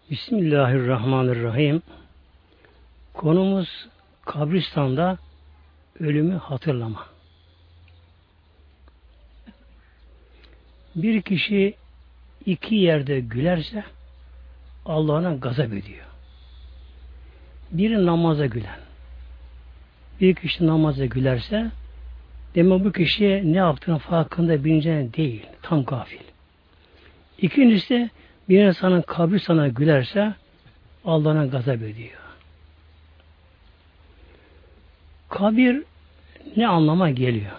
Bismillahirrahmanirrahim. Konumuz kabristanda ölümü hatırlama. Bir kişi iki yerde gülerse Allah'ına gazap ediyor. Biri namaza gülen. Bir kişi namaza gülerse demek bu kişi ne yaptığının farkında bilincinde değil. Tam gafil. İkincisi bir insanın kabri sana gülerse Allah'ına gazap ediyor. Kabir ne anlama geliyor?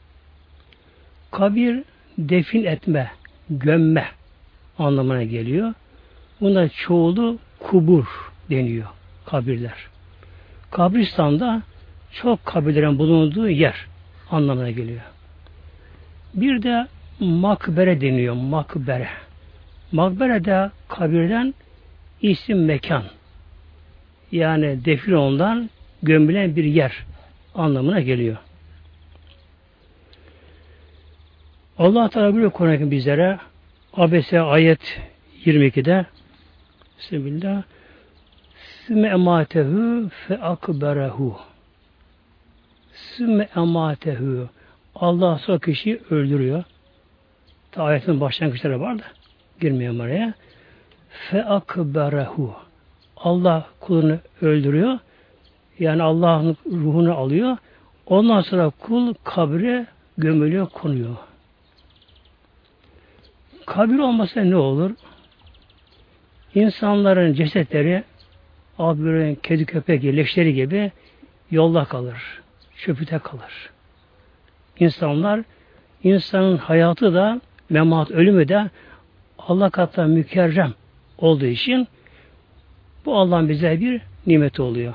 Kabir defin etme, gömme anlamına geliyor. Buna çoğulu kubur deniyor kabirler. Kabristan'da çok kabirlerin bulunduğu yer anlamına geliyor. Bir de makbere deniyor, makbere. Makbere de kabirden isim mekan. Yani defin olunan, gömülen bir yer anlamına geliyor. Allah Teala buyuruyor Kur'an-ı bizlere Abese ayet 22'de Bismillah Sümme ematehu fe akberehu Sümme ematehu Allah o kişiyi öldürüyor. Ta ayetin başlangıçları var da girmiyorum oraya. Fe akberehu Allah kulunu öldürüyor. Yani Allah'ın ruhunu alıyor. Ondan sonra kul kabre gömülüyor, konuyor. Kabir olmasa ne olur? İnsanların cesetleri böyle kedi köpek leşleri gibi yolda kalır. Çöpüte kalır. İnsanın hayatı da memat, ölümü de Allah katında mükerrem olduğu için bu Allah'ın bize bir nimeti oluyor.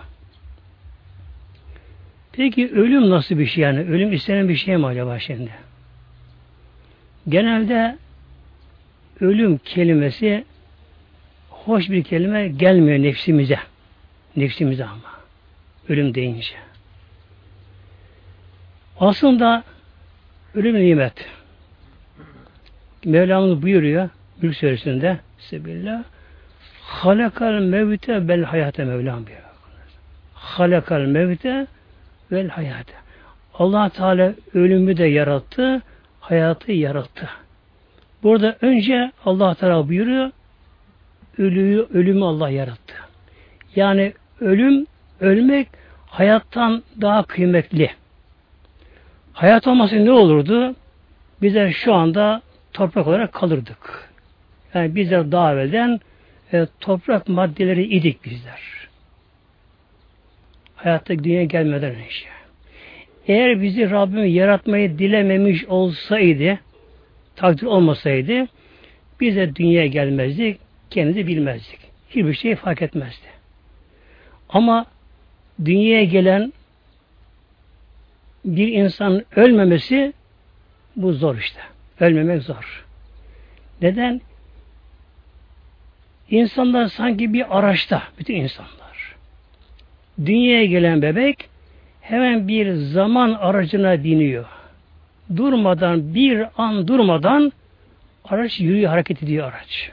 Peki ölüm nasıl bir şey yani? Ölüm istenen bir şey mi acaba şimdi? Genelde ölüm kelimesi hoş bir kelime gelmiyor nefsimize. Nefsimize ama. Ölüm deyince. Aslında ölüm nimet. Mevlamız buyuruyor Mülk Suresi'nde Sebillah halakal mevte bel hayate Mevlam buyuruyor. Halakal mevte vel hayate. Allah Teala ölümü de yarattı, hayatı yarattı. Burada önce Allah Teala buyuruyor, ölümü Allah yarattı. Yani ölmek hayattan daha kıymetli. Hayat olmasa ne olurdu? Bizler şu anda toprak olarak kalırdık. Yani bizler daha evvelden toprak maddeleri idik bizler. Hayatta dünyaya gelmeden önce. Eğer bizi Rabbim yaratmayı dilememiş olsaydı, takdir olmasaydı, biz de dünyaya gelmezdik, kendimizi bilmezdik. Hiçbir şey fark etmezdi. Ama dünyaya gelen bir insanın ölmemesi bu zor işte. Ölmemek zor. Neden? İnsanlar sanki bir araçta, bütün insanlar. Dünyaya gelen bebek hemen bir zaman aracına biniyor. Bir an durmadan araç yürüyor, hareket ediyor araç.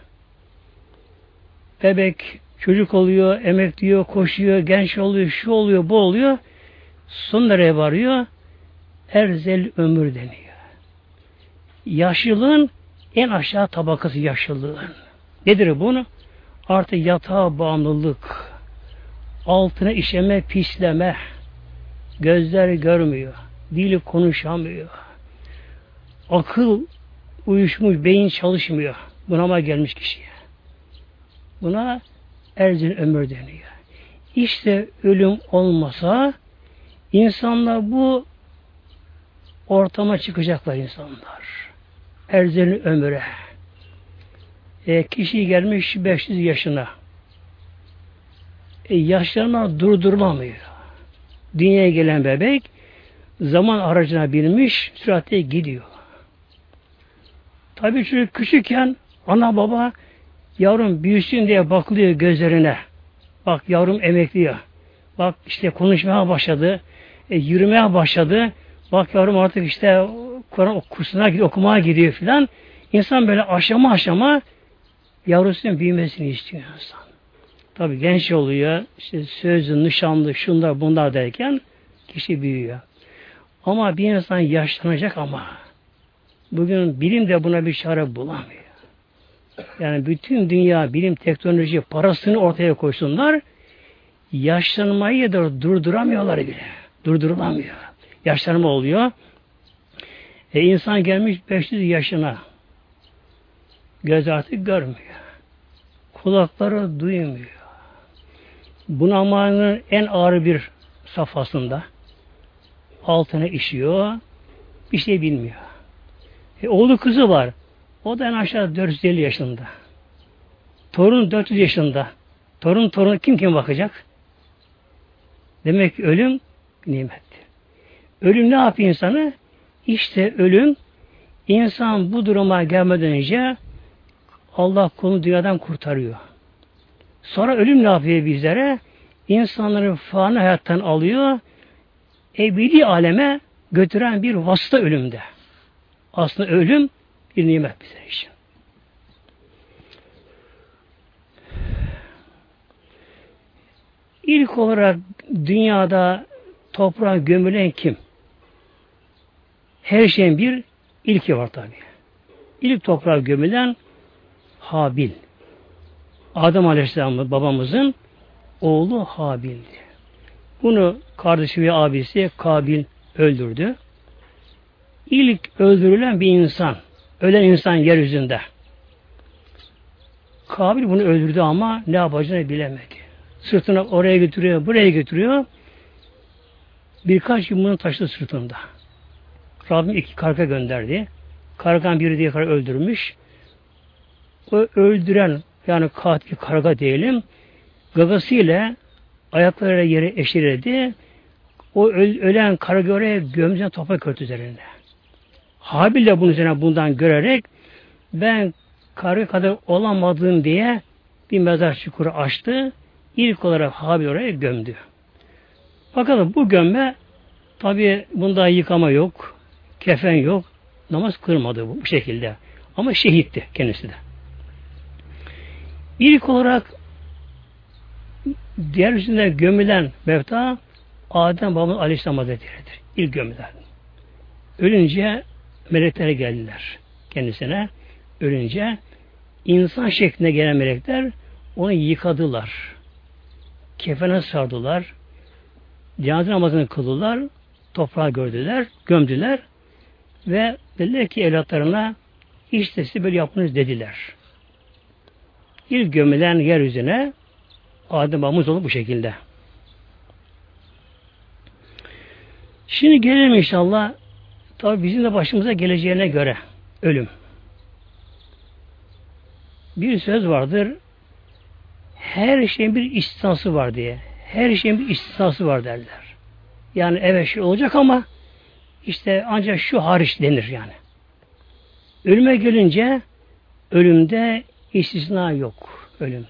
Bebek çocuk oluyor, emekliyor, koşuyor, genç oluyor, şu oluyor, bu oluyor. Son nereye varıyor? Erzel ömür deniyor. Yaşlılığın en aşağı tabakası yaşlılığın. Nedir bunu? Artık yatağa bağımlılık, altına işeme, pisleme, gözler görmüyor, dili konuşamıyor, akıl uyuşmuş, beyin çalışmıyor. Bunama gelmiş kişiye. Buna erzin ömür deniyor. İşte ölüm olmasa insanlar bu ortama çıkacaklar insanlar. Erzin ömüre. Kişi gelmiş 500 yaşına. Yaşlarına durdurulamıyor. Dünyaya gelen bebek zaman aracına binmiş süratle gidiyor. Tabii çocuk küçükken ana baba yavrum büyüsün diye bakılıyor gözlerine. Bak yavrum emekliyor. Bak işte konuşmaya başladı. Yürümeye başladı. Bak yavrum artık işte Kur'an kursuna gidiyor, okumaya gidiyor filan. İnsan böyle aşama aşama yavrusunun büyümesini istiyor insan. Tabii genç oluyor, işte sözlü, nişanlı, şunlar bunlar derken kişi büyüyor. Ama bir insan yaşlanacak ama bugün bilim de buna bir çare bulamıyor. Yani bütün dünya bilim, teknoloji, parasını ortaya koysunlar, yaşlanmayı da durduramıyorlar bile. Durdurulamıyor. Yaşlanma oluyor. İnsan gelmiş 500 yaşına. Göz artık görmüyor. Kulakları duymuyor. Bunamanın en ağır bir safhasında altına işiyor. Bir şey bilmiyor. Oğlu kızı var. O da en aşağı 450 yaşında. Torun 400 yaşında. Torun kim bakacak? Demek ki ölüm nimettir. Ölüm ne yapıyor insanı? İşte ölüm insan bu duruma gelmeden önce Allah kulunu dünyadan kurtarıyor. Sonra ölüm ne yapıyor bizlere? İnsanları fani hayattan alıyor, ebedi aleme götüren bir vasıta ölümde. Aslında ölüm bir nimet bizler için. İlk olarak dünyada toprağa gömülen kim? Her şeyin bir ilki var tabi. İlk toprağa gömülen Habil. Adem Aleyhisselam babamızın oğlu Habil'di. Bunu kardeşi ve abisi Kabil öldürdü. İlk öldürülen bir insan, ölen insan yeryüzünde. Kabil bunu öldürdü ama ne yapacağını bilemedi. Sırtına oraya götürüyor, buraya götürüyor. Birkaç gün bunu taşıdı sırtında. Rabbim 2 karga gönderdi. Kargan biri diye karga öldürmüş. O öldüren, yani katil karga diyelim, gagasıyla ayaklarıyla yere eşeledi. O ölen karga oraya gömülen toprak örtü üzerinde. Habil de bunun üzerine bundan görerek ben karga kadar olamadım diye bir mezar çukuru açtı. İlk olarak Habil oraya gömdü. Bakalım bu gömme tabi bunda yıkama yok, kefen yok, namaz kılmadı bu şekilde. Ama şehitti kendisi de. İlk olarak diğer üstünde gömülen mevta Adem babamız Aleyhisselam Hazretleri'dir. İlk gömülen. Ölünce melekler geldiler kendisine. Ölünce insan şeklinde gelen melekler onu yıkadılar. Kefene sardılar. Cenaze namazını kıldılar. Toprağı gömdüler ve dediler ki evlatlarına işte siz böyle yapınız dediler. İlk gömülen yeryüzüne Adem babamız oldu bu şekilde. Şimdi gelelim inşallah tabi bizim de başımıza geleceğine göre ölüm. Bir söz vardır. Her şeyin bir istisnası var diye. Her şeyin bir istisnası var derler. Yani evet şey olacak ama işte ancak şu hariç denir yani. Ölüme gelince ölümde istisna yok. Ölümde.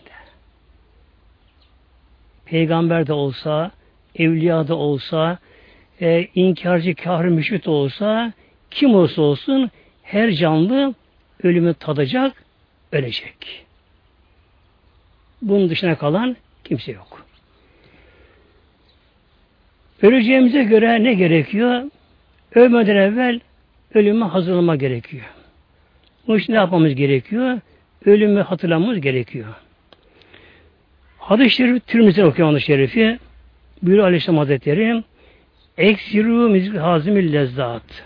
Peygamber de olsa, evliya da olsa, inkarcı, kâfir, müşrik de olsa, kim olsa olsun her canlı ölümü tadacak, ölecek. Bunun dışına kalan kimse yok. Öleceğimize göre ne gerekiyor? Ölmeden evvel ölüme hazırlama gerekiyor. Bu için ne yapmamız gerekiyor? Ölümü hatırlamamız gerekiyor. Hadis-i Şerif, Tirmizi'den okuyan hadis-i şerifi buyuruyor Aleyhisselam Hazretleri Eksiru mizgil hazimil lezzat.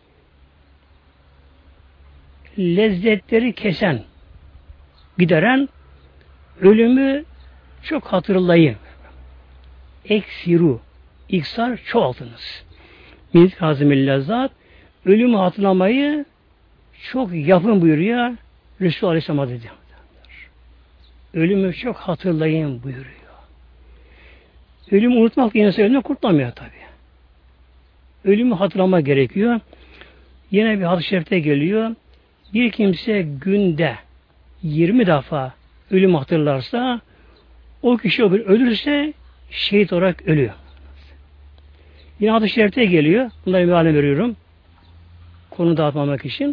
Lezzetleri kesen, gideren ölümü çok hatırlayın. Eksiru, iksar çoğaltınız. Mizgil hazimil lezzat, ölümü hatırlamayı çok yapın buyuruyor Resulullah Aleyhisselam Hazretleri. Ölümü çok hatırlayın buyuruyor. Ölümü unutmak insan ölümden kurtulamıyor tabi. Ölümü hatırlama gerekiyor. Yine bir hadis-i şerifte geliyor. Bir kimse günde 20 defa ölüm hatırlarsa o kişi o gün ölürse şehit olarak ölüyor. Yine hadis-i şerifte geliyor. Bunları bir haline veriyorum. Konu dağıtmamak için.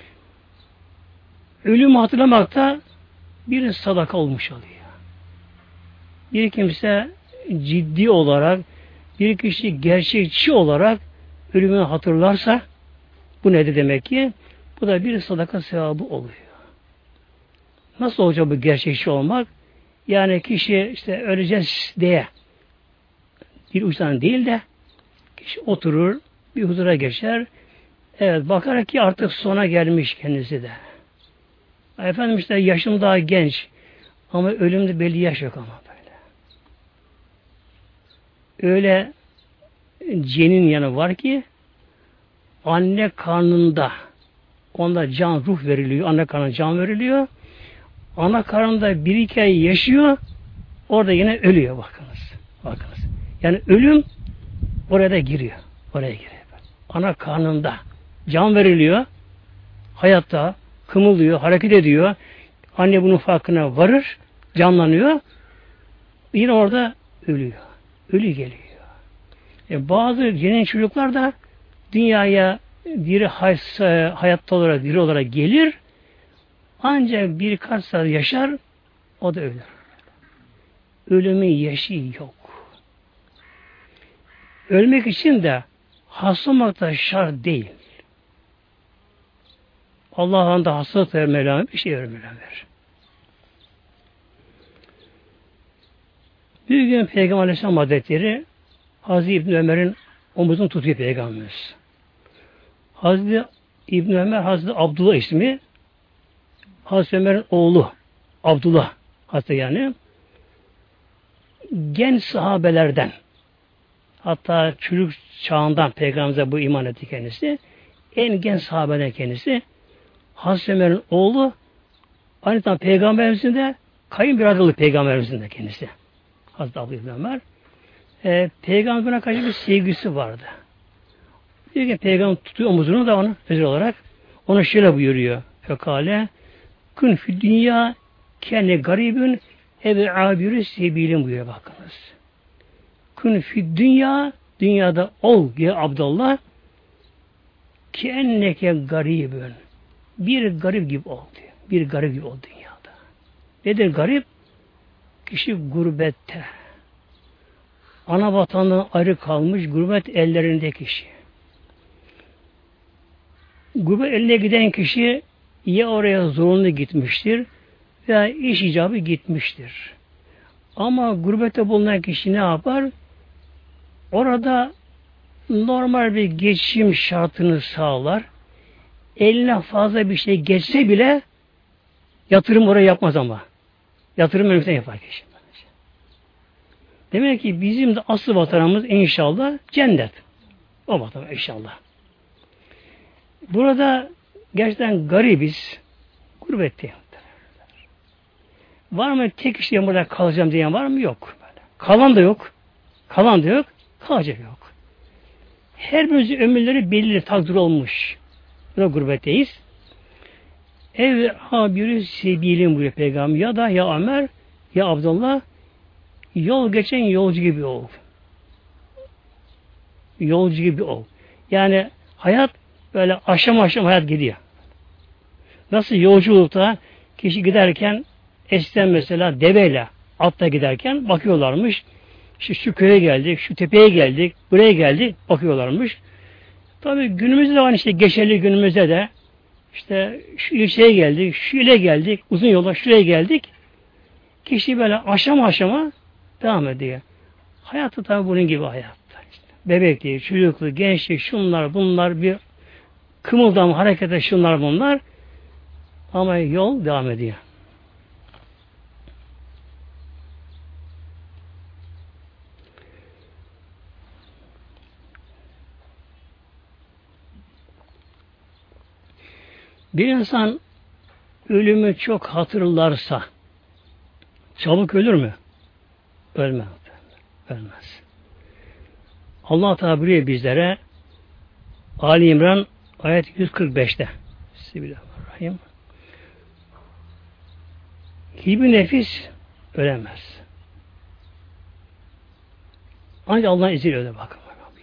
Ölümü hatırlamakta bir sadaka olmuş oluyor. bir kimse ciddi olarak, bir kişi gerçekçi olarak ölümünü hatırlarsa, bu nedir demek ki? Bu da bir sadaka sevabı oluyor. Nasıl olacak bu gerçekçi olmak? Yani kişi işte öleceğiz diye bir uçtan değil de kişi oturur, bir huzura geçer. Evet, bakarak ki artık sona gelmiş kendisi de. Efendim işte yaşım daha genç ama ölümde belli yaş yok ama böyle. Öyle cenin yanı var ki anne karnında onda can, ruh veriliyor. Anne karnına can veriliyor. Ana karnında bir iki ay yaşıyor. Orada yine ölüyor bakınız. Bakınız. Yani ölüm oraya da giriyor. Oraya giriyor. Ana karnında can veriliyor. Hayatta kımıldıyor, hareket ediyor. Anne bunun farkına varır. Canlanıyor. Yine orada ölüyor. Ölü geliyor. Bazı cenin çocuklar da dünyaya diri hayatta olarak, diri olarak gelir. Ancak birkaç saat yaşar, o da ölür. Ölümün yaşı yok. Ölmek için de hasta olmak da şart değil. Allah'ın da hastalık verir Mevlam, bir şey verir Mevlam verir. Bir gün Peygamber Aleyhisselam Hazretleri Hazreti İbn Ömer'in omuzunu tutuyor Peygamberimiz. Hazreti İbn Ömer, Hazreti Abdullah ismi, Hazreti Ömer'in oğlu Abdullah hatta yani genç sahabelerden, hatta çocuk çağından Peygamberimize bu iman etti kendisi. En genç sahabeden kendisi. Hazreti Ömer'in oğlu, aynı zamanda Peygamberimizin de kayınbiraderlik Peygamberimizin de kendisi. Hazreti Abdullah İbn Ömer. Peygamberine karşı bir sevgisi vardı. Bir gün Peygamber tutuyor omuzunu da onu özel olarak. Ona şöyle buyuruyor. Fekale kün fü dünya kenne garibün evi abiri sebilin buyuruyor bakınız. Kün fü dünya dünyada ol ya Abdullah ki enneke garibün bir garip gibi ol diyor. Bir garip gibi ol dünyada. Nedir garip? Kişi gurbette. Ana vatandan ayrı kalmış gurbet ellerinde kişi. Gurbet eline giden kişi ya oraya zorunlu gitmiştir veya iş icabı gitmiştir. Ama gurbette bulunan kişi ne yapar? Orada normal bir geçim şartını sağlar. Eline fazla bir şey geçse bile yatırım oraya yapmaz ama. Yatırım önümüzden yapar kişi. Demek ki bizim de asıl vatanımız inşallah cennet. O vatan inşallah. Burada gerçekten garibiz. Gurbette. Var mı tek kişiye burada kalacağım diyen var mı? Yok. Kalan da yok. Kalan da yok. Kalacak yok. Her birimizin ömürleri belli takdir olmuş. Burada gurbetteyiz. Ev habiri sebilim buyuruyor Peygamber. Ya da ya Ömer ya Abdullah yol geçen yolcu gibi ol. Yolcu gibi ol. Yani hayat böyle aşama aşama hayat gidiyor. Nasıl yolculukta kişi giderken eskiden mesela deveyle atla giderken bakıyorlarmış. İşte şu köye geldik, şu tepeye geldik, buraya geldik bakıyorlarmış. Tabii günümüzde de aynı şey geçerli günümüzde de işte şu ilçeye geldik, şu ile geldik, uzun yolda şuraya geldik. Kişi böyle aşama aşama devam ediyor. Hayatı tabii bunun gibi hayatta. İşte bebeklik, çocukluk, gençlik, şunlar bunlar bir kımıldama, harekete şunlar bunlar. Ama yol devam ediyor. Bir insan ölümü çok hatırlarsa çabuk ölür mü? Ölmez. Ölmez. Allah Teala buyuruyor bizlere Ali İmran ayet 145'te. Bismillahirrahmanirrahim. Hiçbir nefis ölemez. Ancak Allah'ın izniyle öyle bakın.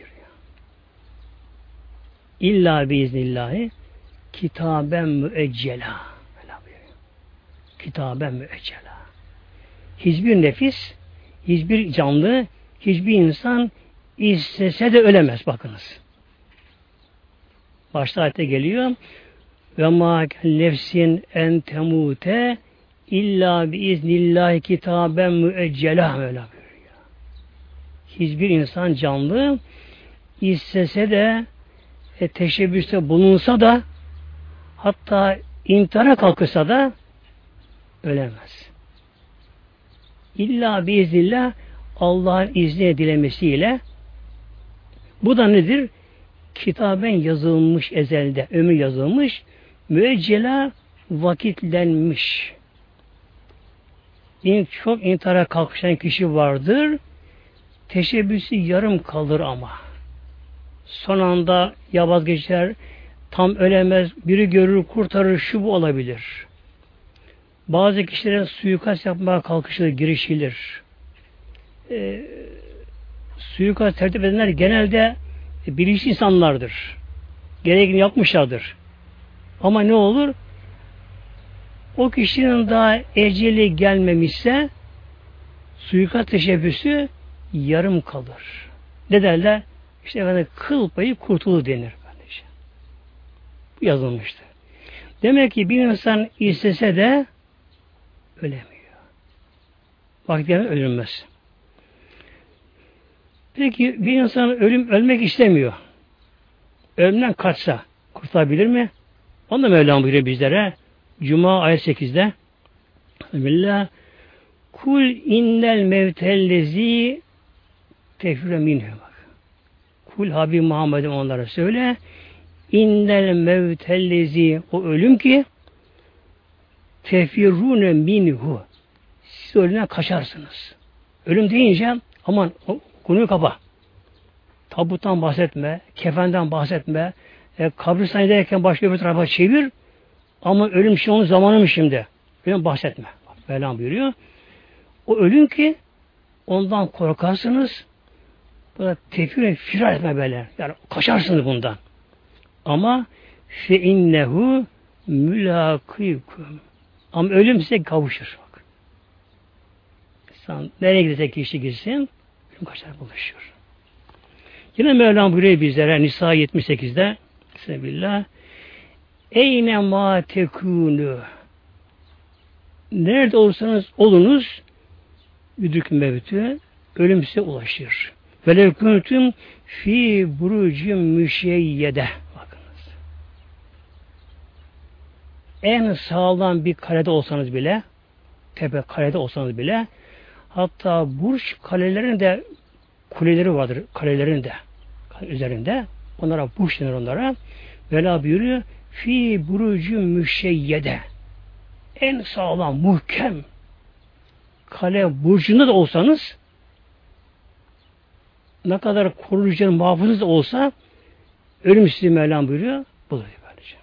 İlla biiznillahi kitaben müeccela. Kitaben müeccela. Hiçbir nefis hiçbir canlı, hiçbir insan istese de ölemez. Bakınız. Başta ayette geliyor. Ve mâ nefsin en temute illa biiznillahi kitaben müeccela Mevla buyuruyor. Hiçbir insan canlı istese de teşebbüste bulunsa da hatta intihara kalkırsa da ölemez. İlla biiznillah Allah'ın izni dilemesiyle. Bu da nedir? Kitaben yazılmış ezelde, ömür yazılmış, müeccela vakitlenmiş. Çok intihara kalkışan kişi vardır. Teşebbüsü yarım kalır ama. Son anda ya vazgeçer, tam ölemez, biri görür, kurtarır, şu bu olabilir. Bazı kişilere suikast yapmaya kalkışılır, girişilir. Suikast tertip edenler genelde bilinçli insanlardır. Gerekli yapmışlardır. Ama ne olur? O kişinin daha eceli gelmemişse suikast teşebbüsü yarım kalır. Ne derler? İşte efendim kıl payı kurtulur denir. Bu yazılmıştır. Demek ki bir insan istese de ölemiyor. Vaktiyle ölünmez. Peki bir insan ölmek istemiyor. Ölümden kaçsa kurtulabilir mi? Onu da Mevlam buyuruyor bizlere. Cuma ayet 8'de Bismillah Kul innel mevtellezi tefre minhu. Kul Habib Muhammed'im onlara söyle innel mevtellezi o ölüm ki tefirrune minhu siz ölümden kaçarsınız. Ölüm deyince aman konuyu kapa. Tabuttan bahsetme, kefenden bahsetme, kabristan ederken başka bir tarafa çevir ama ölüm şimdi onun zamanı mı şimdi? Ölüm bahsetme. Mevlam buyuruyor. O ölüm ki ondan korkarsınız. Böyle tefire firar etme böyle. Yani kaçarsınız bundan. Ama fe innehu mülâkîkum. Ama ölüm size kavuşur. Bak. İnsan nereye gidecek kişi gitsin, ölüm kaçar buluşuyor. Yine Mevlam buyuruyor bizlere Nisa 78'de Bismillah Eyne ma tekûnü nerede olursanız olunuz yüdük mevtü ölüm size ulaşır. Velev kuntum fi burucin müşeyyede bakınız. En sağlam bir kalede olsanız bile tepe kalede olsanız bile hatta burç kalelerin de kuleleri vardır. Kalelerin de üzerinde. Onlara burç denir onlara. Vela buyuruyor fi burucin müşeyyede en sağlam, muhkem kale burcunda da olsanız ne kadar koruyucu muhafızınız da olsa ölüm sizi Mevlam buyuruyor. Budur böylece.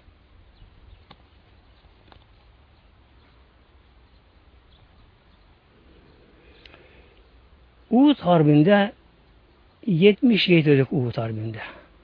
Uhud Harbi'nde 70 şehit öldük Uhud Harbi'nde.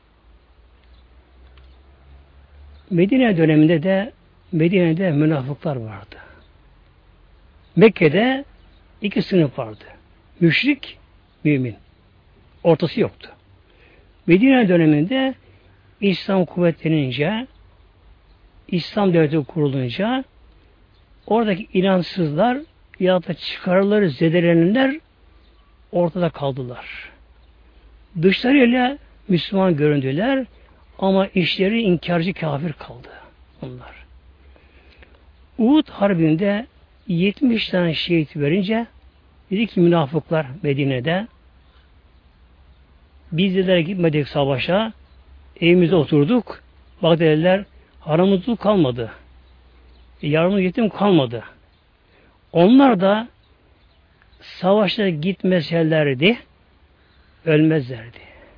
Medine döneminde de Medine'de münafıklar vardı. Mekke'de iki sınıf vardı. Müşrik, mümin. Ortası yoktu. Medine döneminde İslam kuvvetlenince, İslam devleti kurulunca oradaki inansızlar ya da çıkarları zedelenenler ortada kaldılar. Dışlarıyla Müslüman göründüler ama işleri inkarcı kafir kaldı onlar. Uhud Harbi'nde 70 tane şehit verince dedi ki münafıklar Medine'de biz dediler gitmedik savaşa evimizde oturduk. Bak dediler haramızda kalmadı. Yarımız yetim kalmadı. Onlar da savaşa gitmeselerdi ölmezlerdi.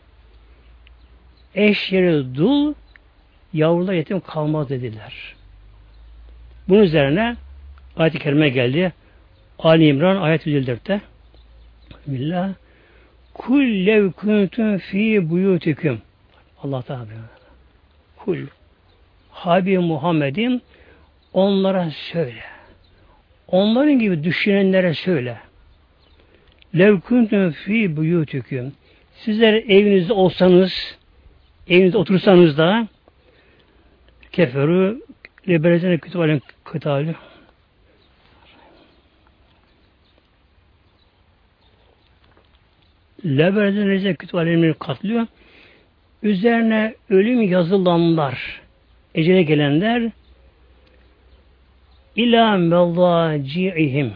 Eş yeri dul yavrular yetim kalmaz dediler. Bunun üzerine ayet-i kerime geldi. Ali İmran ayet 154'te Bismillah Kul lev kuntum fi buyutikum Allah Teala Kul Habib Muhammed'im onlara söyle. Onların gibi düşünenlere söyle. lev kuntum fi buyutikum. Sizler evinizde olsanız, evinizde otursanız da keferu leberezene kütüphane kıtali. Leberezene kütüphaneleri katlıyor. Üzerine ölüm yazılanlar, ecele gelenler İlâ mevâci'ihim.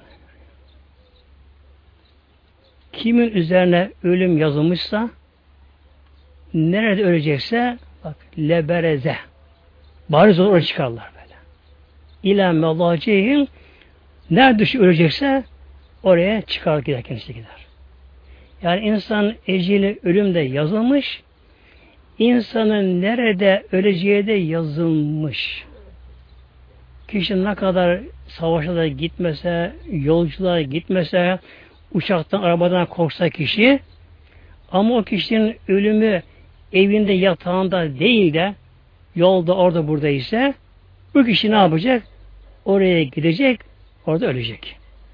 Kimin üzerine ölüm yazılmışsa, nerede ölecekse, bak, lebereze. Bariz olur, oraya çıkarlar böyle. İlâ mevâci'ihim. Nerede ölecekse, oraya çıkar gider, kendisi gider. Yani insan eceli ölümde yazılmış, insanın nerede öleceği de yazılmış. Kişi ne kadar savaşa da gitmese, yolculuğa gitmese, uçaktan, arabadan korksa kişi, ama o kişinin ölümü evinde, yatağında değil de yolda, orada, burada ise bu kişi ne yapacak? Oraya gidecek, orada ölecek.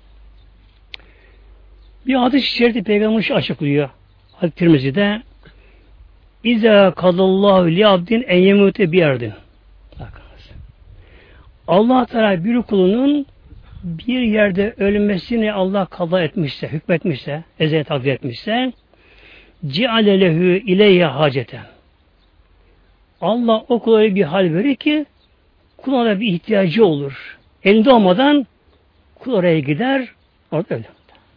Bir hadis-i şerifi Peygamber açıklıyor. Hadis-i Tirmizi'de İzâ kadallahu li abdin en yemûte bir yerdin. Allah Teala bir kulunun bir yerde ölmesini Allah kaza etmişse, hükmetmişse, ezeli takdir etmişse ci'ale lehu ileyye haceten. Allah o kula bir hal verir ki kuluna bir ihtiyacı olur. Elinde olmadan kul oraya gider, orada ölür.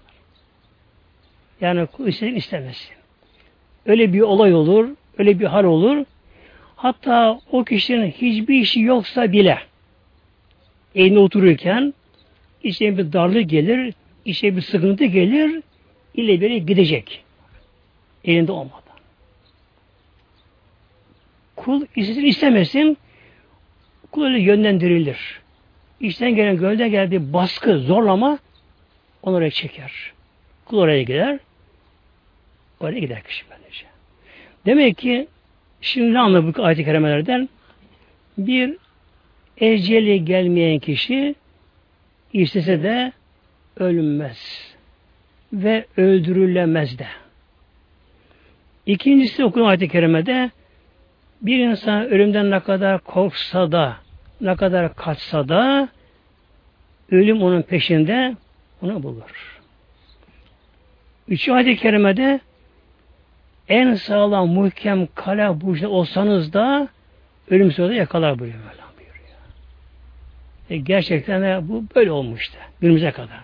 Yani kul istedim istemez. Öyle bir olay olur, öyle bir hal olur. Hatta o kişinin hiçbir işi yoksa bile evine otururken işe bir darlık gelir, işe bir sıkıntı gelir, ile biri gidecek. Elinde olmadan. Kul istesin istemesin, kul öyle yönlendirilir. İşten gelen, gönülden gelen bir baskı, zorlama onu oraya çeker. Kul oraya gider, oraya gider kişi böylece. Demek ki şimdi ne anlıyor bu ayet-i kerimelerden? Bir, eceli gelmeyen kişi istese de ölünmez ve öldürülemez de. İkincisi okunan ayet-i kerimede bir insan ölümden ne kadar korksa da, ne kadar kaçsa da ölüm onun peşinde onu bulur. Üçüncü ayet-i kerimede en sağlam, muhkem kale burcu olsanız da ölüm sırada yakalar buyuruyor. Gerçekten de bu böyle olmuştu. Günümüze kadar.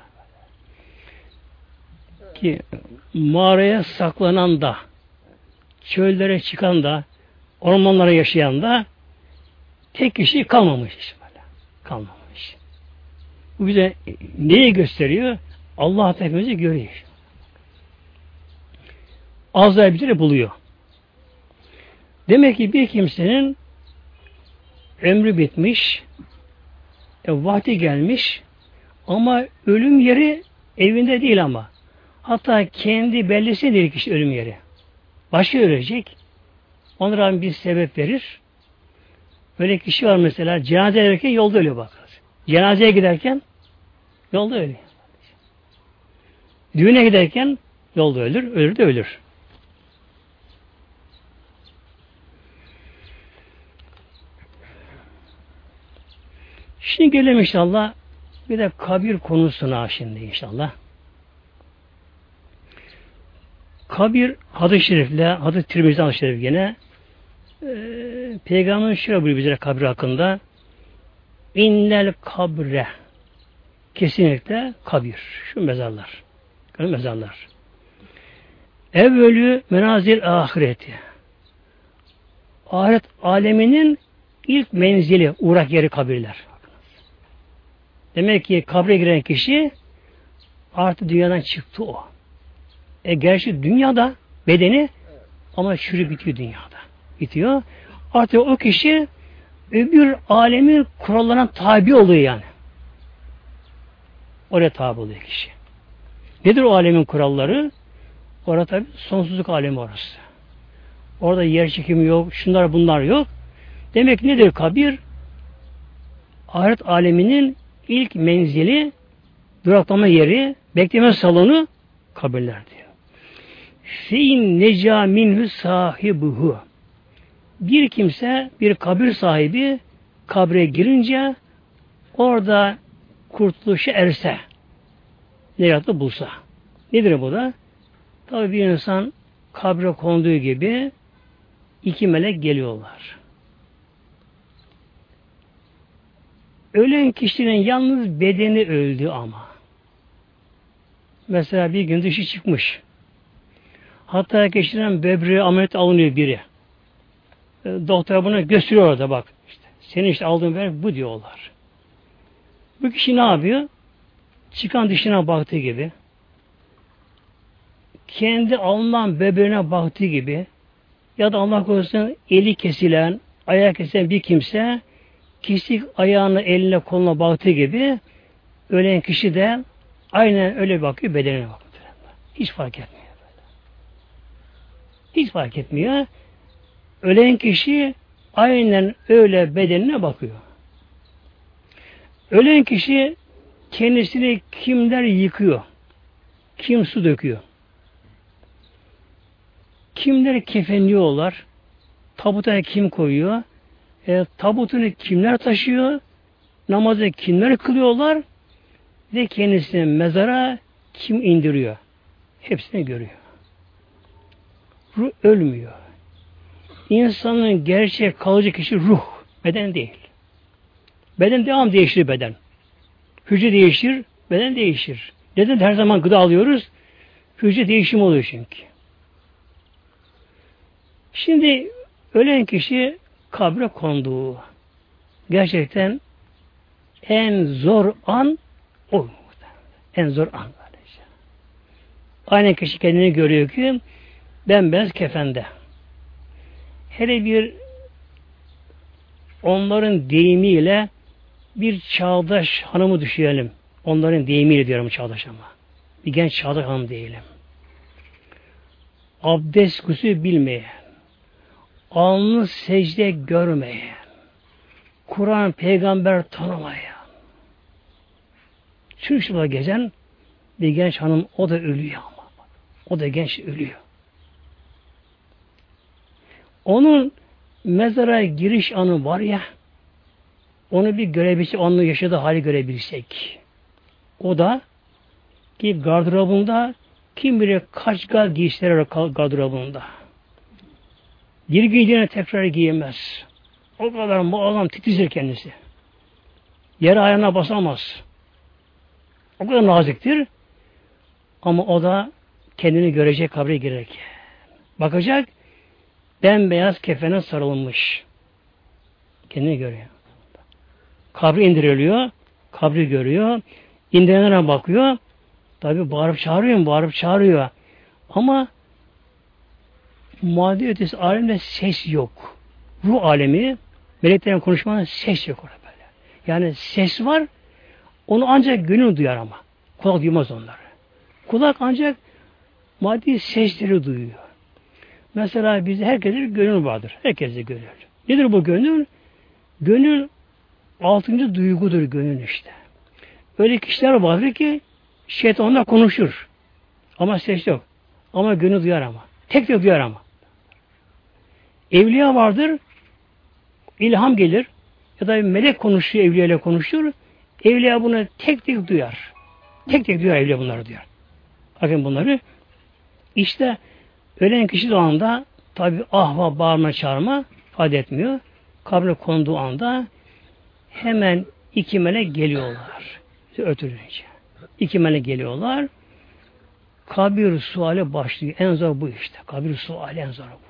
Ki mağaraya saklanan da, çöllere çıkan da, ormanlara yaşayan da tek kişi kalmamış. Böyle. Kalmamış. Bu bize neyi gösteriyor? Allah hepimizi görüyor. Azrail bir buluyor. Demek ki bir kimsenin ömrü bitmiş, vakti gelmiş ama ölüm yeri evinde değil ama. Hatta kendi bellisi değil kişi ölüm yeri. Başka ölecek. Onlara bir sebep verir. Böyle kişi var mesela cenaze ederken yolda ölüyor bakın. Cenazeye giderken yolda ölüyor. Düğüne giderken yolda ölür, ölür de ölür. Şimdi gelelim inşallah bir de kabir konusuna şimdi inşallah. Kabir hadis-i şerifle, hadis-i Tirmizi hadis-i şerif gene Peygamber şöyle buyuruyor bize kabir hakkında innel kabre kesinlikle kabir. Şu mezarlar. Mezarlar. Evvelü menazil ahireti. Ahiret aleminin ilk menzili, uğrak yeri kabirler. Demek ki kabre giren kişi artık dünyadan çıktı o. Gerçi dünyada bedeni ama çürü bitiyor dünyada. Bitiyor. Artık o kişi öbür alemin kurallarına tabi oluyor yani. Oraya tabi oluyor kişi. Nedir o alemin kuralları? Orada tabi sonsuzluk alemi orası. Orada yer çekimi yok, şunlar bunlar yok. Demek nedir kabir? Ahiret aleminin ilk menzili, duraklama yeri, bekleme salonu kabirler diyor. Fein neca minhu sahibuhu. Bir kimse, bir kabir sahibi kabre girince orada kurtuluşa erse, necatı bulsa. Nedir bu da? Tabi bir insan kabre konduğu gibi iki melek geliyorlar. Ölen kişinin yalnız bedeni öldü ama. Mesela bir gün dışı çıkmış. Hatta kişinin böbreği ameliyat alınıyor biri. Doktor buna gösteriyor orada bak. İşte, senin işte aldığın böbrek bu diyorlar. Bu kişi ne yapıyor? Çıkan dışına baktığı gibi, kendi alınan böbreğine baktığı gibi, ya da Allah korusun eli kesilen, ayağı kesilen bir kimse kesik ayağına, eline, koluna baktığı gibi ölen kişi de aynen öyle bakıyor, bedenine bakıyor. Hiç fark etmiyor. Hiç fark etmiyor. Ölen kişi aynen öyle bedenine bakıyor. Ölen kişi kendisini kimler yıkıyor? Kim su döküyor? Kimleri kefenliyorlar? Tabuta kim koyuyor? Tabutunu kimler taşıyor? Namazı kimler kılıyorlar? Ve kendisini mezara kim indiriyor? Hepsini görüyor. Ruh ölmüyor. İnsanın gerçek kalıcı kişi ruh, beden değil. Beden devam değişir beden. Hücre değişir, beden değişir. Neden her zaman gıda alıyoruz? Hücre değişimi oluyor çünkü. Şimdi ölen kişi kabre konduğu. Gerçekten en zor an o. En zor an. Böylece. Aynı kişi kendini görüyor ki bembeyaz kefende. Hele bir onların deyimiyle bir çağdaş hanımı düşünelim. Onların deyimiyle diyorum çağdaş ama. Bir genç çağdaş hanım diyelim. Abdest gusül bilmeyen, alnı secde görmeyen, Kur'an peygamber tanımayan, çırşıla gezen bir genç hanım, o da ölüyor ama. O da genç ölüyor. Onun mezara giriş anı var ya, onu bir görebilsek, onun yaşadığı hali görebilsek. O da ki gardırobunda kim bilir kaç giysiler gardırobunda. Bir giydiğine tekrar giyemez. O kadar muazzam titizdir kendisi. Yere ayağına basamaz. O kadar naziktir. Ama o da kendini görecek kabre girerken. Bakacak, bembeyaz kefene sarılmış. Kendini görüyor. Kabri indiriliyor. Kabri görüyor. İndirenlere bakıyor. Tabi bağırıp çağırıyor. Ama maddi ötesi alemde ses yok. Ruh alemi, meleklerin konuşmanın ses yok orada böyle. Yani ses var, onu ancak gönül duyar ama. Kulak duymaz onları. Kulak ancak maddi sesleri duyuyor. Mesela bizde herkesin gönül vardır. Herkeste gönül. Nedir bu gönül? Gönül 6. duygudur gönül işte. Öyle kişiler vardır ki şeytanla konuşur. Ama ses yok. Ama gönül duyar ama. Tek duyar ama. Evliya vardır. İlham gelir. Ya da bir melek konuşuyor, evliya ile konuşur. Evliya bunu tek duyar. Tek duyar evliya bunları duyar. Bakın bunları. İşte ölen kişi de o anda tabi ahva bağırma çağırma ifade etmiyor. Kabre konduğu anda hemen iki melek geliyorlar. Ötürünce. İki melek geliyorlar. Kabir suali başlıyor. En zor bu işte. Kabir suali en zor bu.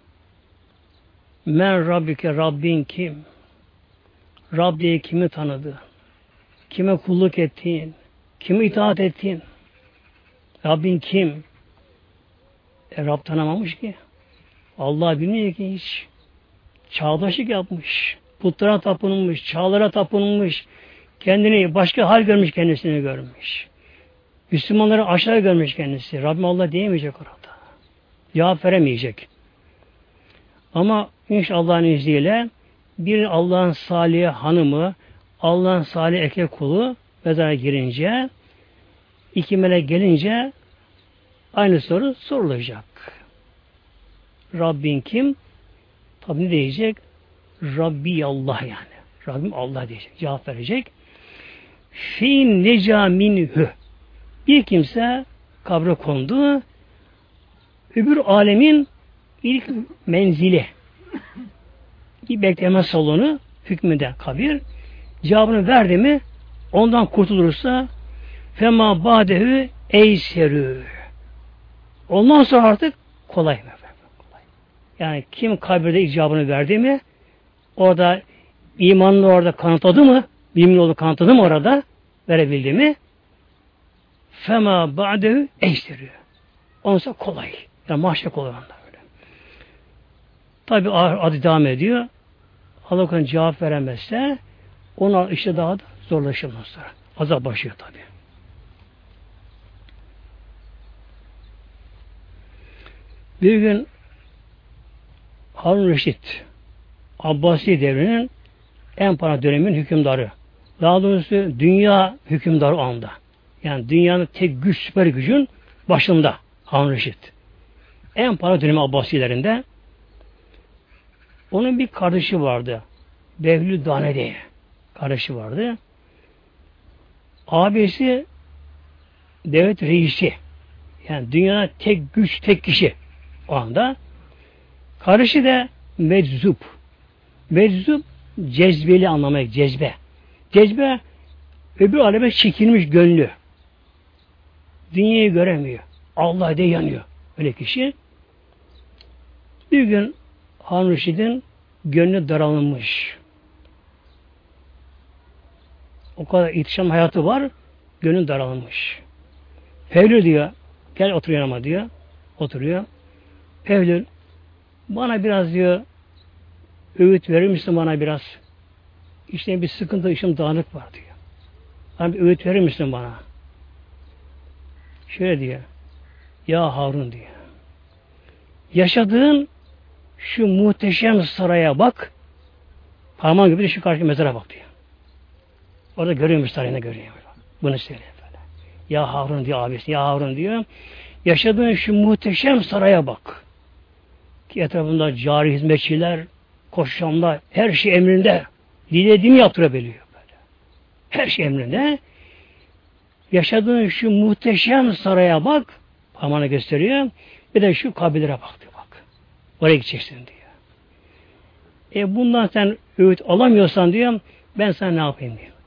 Men Rabbike, Rabbin kim? Rabbi'yi kimi tanıdı? Kime kulluk ettin? Kime itaat ettin? Rabbin kim? Rab tanımamış ki. Allah bilmiyor ki hiç. Çağdaşlık yapmış. Putlara tapınılmış. Çağlara tapınılmış. Kendini başka hal görmüş, kendisini görmüş. Müslümanları aşağı görmüş kendisi. Rabbim Allah diyemeyecek orada. Cevap veremeyecek. Ama inşallah'ın izniyle bir Allah'ın salih hanımı, Allah'ın salih erkek kulu mezara girince, iki melek gelince aynı soru sorulacak. Rabbin kim? Tabi ne diyecek? Rabbi Allah yani. Rabbim Allah diyecek. Cevap verecek. Fin neca minhü. Bir kimse kabre kondu. Öbür alemin ilk menzili. Bir bekleme salonu hükmünde kabir. Cevabını verdi mi ondan kurtulursa fema ba'dehu eyserü. Ondan sonra artık kolay mı? Yani kim kabirde icabını verdi mi orada imanını orada kanıtladı mı? Mümin olduğunu kanıtladı mı orada? Verebildi mi? Fema ba'dehu eyserü. Ondan sonra kolay. Yani mahşer kolay onlar böyle. Tabi adı devam ediyor. Allah cevap veremezse ona işte daha da zorlaşır sonra. Azap başlıyor tabi. Bir gün Harun Reşit Abbasi devrinin en para dönemin hükümdarı. Daha doğrusu dünya hükümdarı o anda. Yani dünyanın tek güç, süper gücün başında Harun Reşit. En para dönemi Abbasilerinde onun bir kardeşi vardı. Behlül Dane diye kardeşi vardı. Abisi devlet reisi. Yani dünyada tek güç, tek kişi o anda. Kardeşi de meczup. Meczup cezbeli anlamaya cezbe. Cezbe öbür aleme çekilmiş gönlü. Dünyayı göremiyor. Allah diye yanıyor. Öyle kişi. Bir gün Harun Reşit'in gönlü daralmış. O kadar ihtişam hayatı var. Gönlü daralmış. Pevlül diyor. Gel otur yanıma diyor. Oturuyor. Pevlül bana biraz diyor öğüt verir misin bana biraz? İşte bir sıkıntı, işim dağınık var diyor. Bana bir öğüt verir misin bana? Şöyle diyor. Ya Harun diyor. Yaşadığın şu muhteşem saraya bak. Parmağın gibi de şu karşı mezara bak diyor. Orada görüyormuş sarayını görüyor. Bunu söylüyor böyle. Ya Harun diyor abisi. Ya Harun diyor. Yaşadığın şu muhteşem saraya bak. Ki etrafında cari hizmetçiler, koşuşanlar, her şey emrinde. Dilediğini yaptırabiliyor böyle. Her şey emrinde. Yaşadığın şu muhteşem saraya bak. Parmağını gösteriyor. Bir de şu kabirlere bak diyor bak. Oraya gideceksin diyor. Bundan sen öğüt alamıyorsan diyor, ben sana ne yapayım diyor.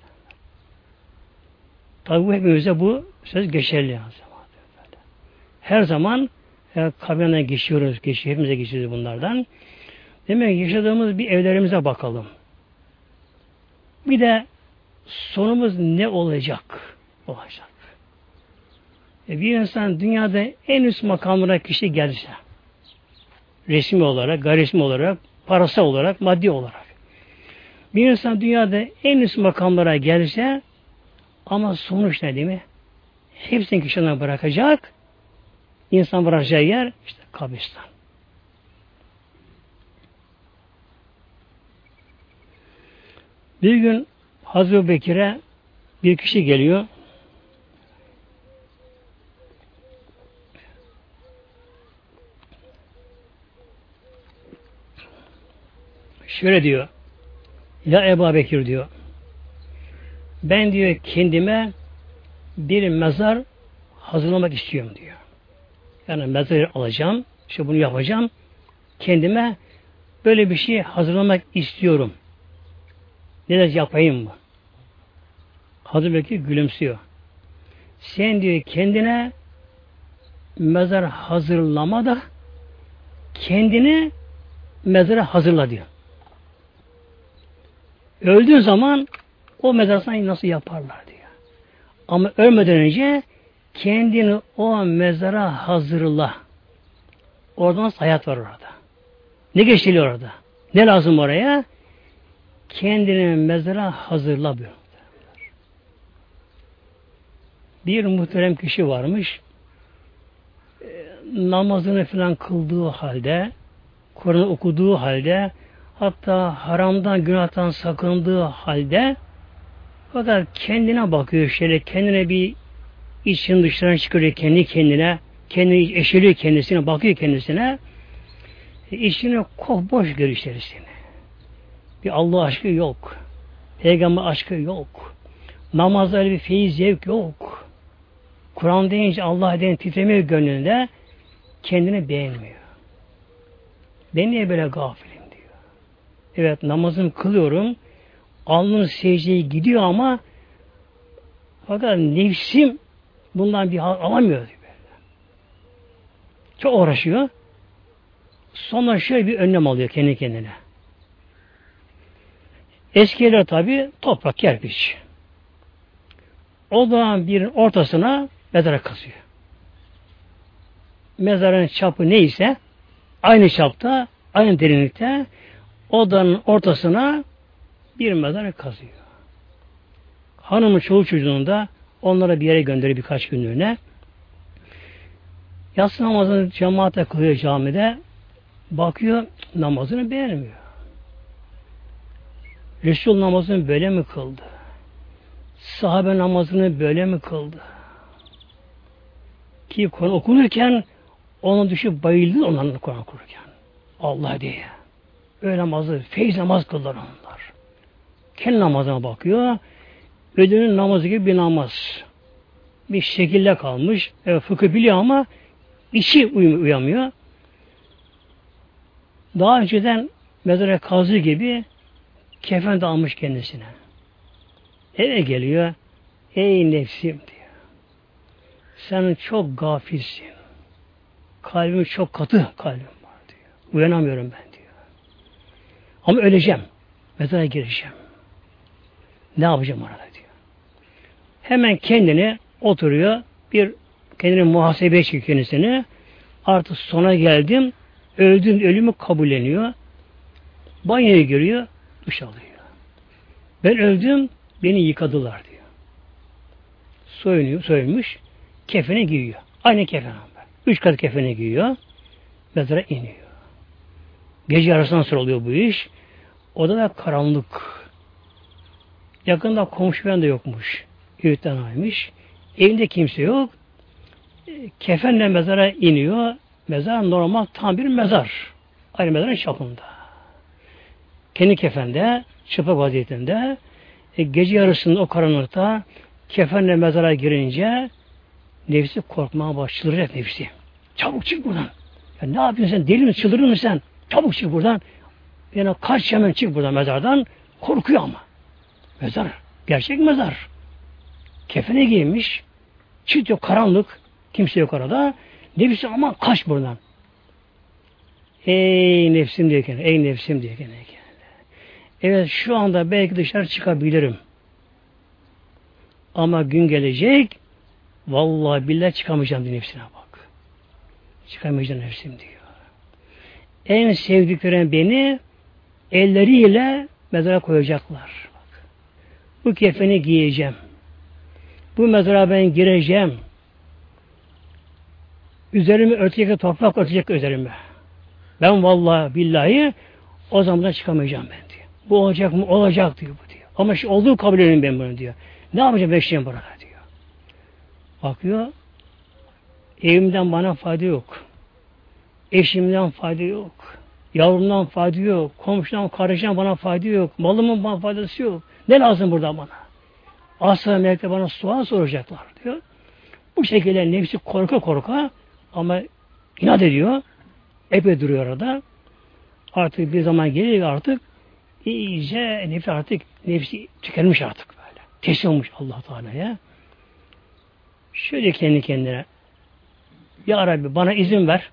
Tabi bu hepimize bu söz geçerli. Her zaman kabirden geçiyoruz, hepimize geçiyoruz bunlardan. Demek ki yaşadığımız bir evlerimize bakalım. Bir de sonumuz ne olacak? Olacak. Bir insan dünyada en üst makamlara kişi gelse, resmi olarak, gayri resmi olarak, parasal olarak, maddi olarak. Bir insan dünyada en üst makamlara gelse ama sonuç ne değil mi? Hepsini kişiden bırakacak. İnsan bırakacağı yer işte kabristan. Bir gün Hazreti Bekir'e bir kişi geliyor. Şöyle diyor. Ya Ebu Bekir diyor. Ben diyor kendime bir mezar hazırlamak istiyorum diyor. Yani mezar alacağım. İşte bunu yapacağım. Kendime böyle bir şey hazırlamak istiyorum. Ne de yapayım mı? Hazreti Bekir gülümsüyor. Sen diyor kendine mezar hazırlama da kendini mezara hazırla diyor. Öldüğün zaman o mezar sana nasıl yaparlar diyor. Ama ölmeden önce kendini o mezara hazırla. Oradan hayat var orada. Ne geçiliyor orada? Ne lazım oraya? Kendini mezara hazırla diyor. Bir muhterem kişi varmış. Namazını falan kıldığı halde, Kur'an okuduğu halde, hatta haramdan, günahtan sakındığı halde, fakat kendine bakıyor şöyle, kendine bir için dışarı çıkarıyor kendi kendine. Kendini eşeliyor kendisine, bakıyor kendisine. İçine boş görüyor içerisine. Bir Allah aşkı yok. Peygamber aşkı yok. Namazda öyle bir feyiz zevk yok. Kur'an deyince Allah deyince titremiyor gönlünde. Kendini beğenmiyor. Ben niye böyle gafilim diyor. Evet namazımı kılıyorum. Alnım secdeye gidiyor ama fakat nefsim bundan bir hal alamıyor diyor. Çok uğraşıyor. Sonra şöyle bir önlem alıyor kendi kendine. Eskiler tabi toprak, kerpiç. O da bir ortasına mezara kazıyor. Mezarın çapı neyse aynı çapta, aynı derinlikte odanın ortasına bir mezar kazıyor. Hanımın çoğu çocuğunu da onlara bir yere gönderiyor birkaç günlüğüne. Yatsı namazını cemaate kılıyor camide. Bakıyor namazını beğenmiyor. Resul namazını böyle mi kıldı? Sahabe namazını böyle mi kıldı? Ki Kur'an okunurken ona düşüp bayıldı onların Kur'an okurken. Allah diye. Öyle namazı, feyz namaz kıldılar onlar. Kendi namazına bakıyor. Ödünün namazı gibi bir namaz. Bir şekilde kalmış. Fıkıh biliyor ama içi uyamıyor. Daha önceden mezara kazı gibi kefen de almış kendisine. Eve geliyor. Ey nefsim diyor. Sen çok gafilsin. Kalbim çok katı kalbim var diyor. Uyanamıyorum ben diyor. Ama öleceğim. Mezara gireceğim. Ne yapacağım orada diyor. Hemen kendini oturuyor. Kendini muhasebeye çekiyor kendisini. Artık sona geldim. Öldüm, ölümü kabulleniyor. Banyoya giriyor. Duş alıyor. Ben öldüm. Beni yıkadılar diyor. Soyunmuş. Kefene giyiyor. Aynı kefen. 3 kat kefene giyiyor. Mezara iniyor. Gece yarısından sonra oluyor bu iş. Odada karanlık. Yakında komşu ben de yokmuş. Öğütten aymış. Evinde kimse yok. Kefenle mezara iniyor. Mezar normal tam bir mezar. Aynı mezarın çapında. Kendi kefende, çıplak vaziyetinde gece yarısında o karanlıkta kefenle mezara girince nefsi korkmaya başlayacak nefsi. Çabuk çık buradan. Ya ne yapıyorsun sen? Deli mi? Çıldırır mısın sen? Çabuk çık buradan. Yani kaç hemen çık buradan mezardan. Korkuyor ama. Mezar. Gerçek mezar. Kefene giymiş. Çıkıyor karanlık. Kimse yok arada. Nefsi aman kaç buradan. Ey nefsim diye kendine. Ey nefsim diye kendine. Evet şu anda belki dışarı çıkabilirim. Ama gün gelecek vallahi billahi çıkamayacağım diye nefsine bak. Çıkamayacağım nefsim diyor. En sevdiklerim beni elleriyle mezara koyacaklar. Bak. Bu kefeni giyeceğim. Bu mezara ben gireceğim. Üzerimi örtecek, toprak örtecek üzerime. Ben vallahi billahi o zamandan çıkamayacağım ben diyor. Bu olacak mı? Olacak diyor bu diyor. Ama olduğu kabul edin ben bunu diyor. Ne yapacağım beşleyeyim burada diyor. Bakıyor. Evimden bana fayda yok. Eşimden fayda yok. Yavrumdan fayda yok. Komşudan, kardeşimden bana fayda yok. Malımın bana faydası yok. Ne lazım burada bana? Asla melekler bana sual soracaklar diyor. Bu şekilde nefsi korka ama inat ediyor. Epey duruyor orada. Artık bir zaman geliyor artık iyice nefsi tükenmiş artık böyle. Teslim olmuş Allah Teala'ya. Şöyle kendi kendine Ya Rabbi bana izin ver.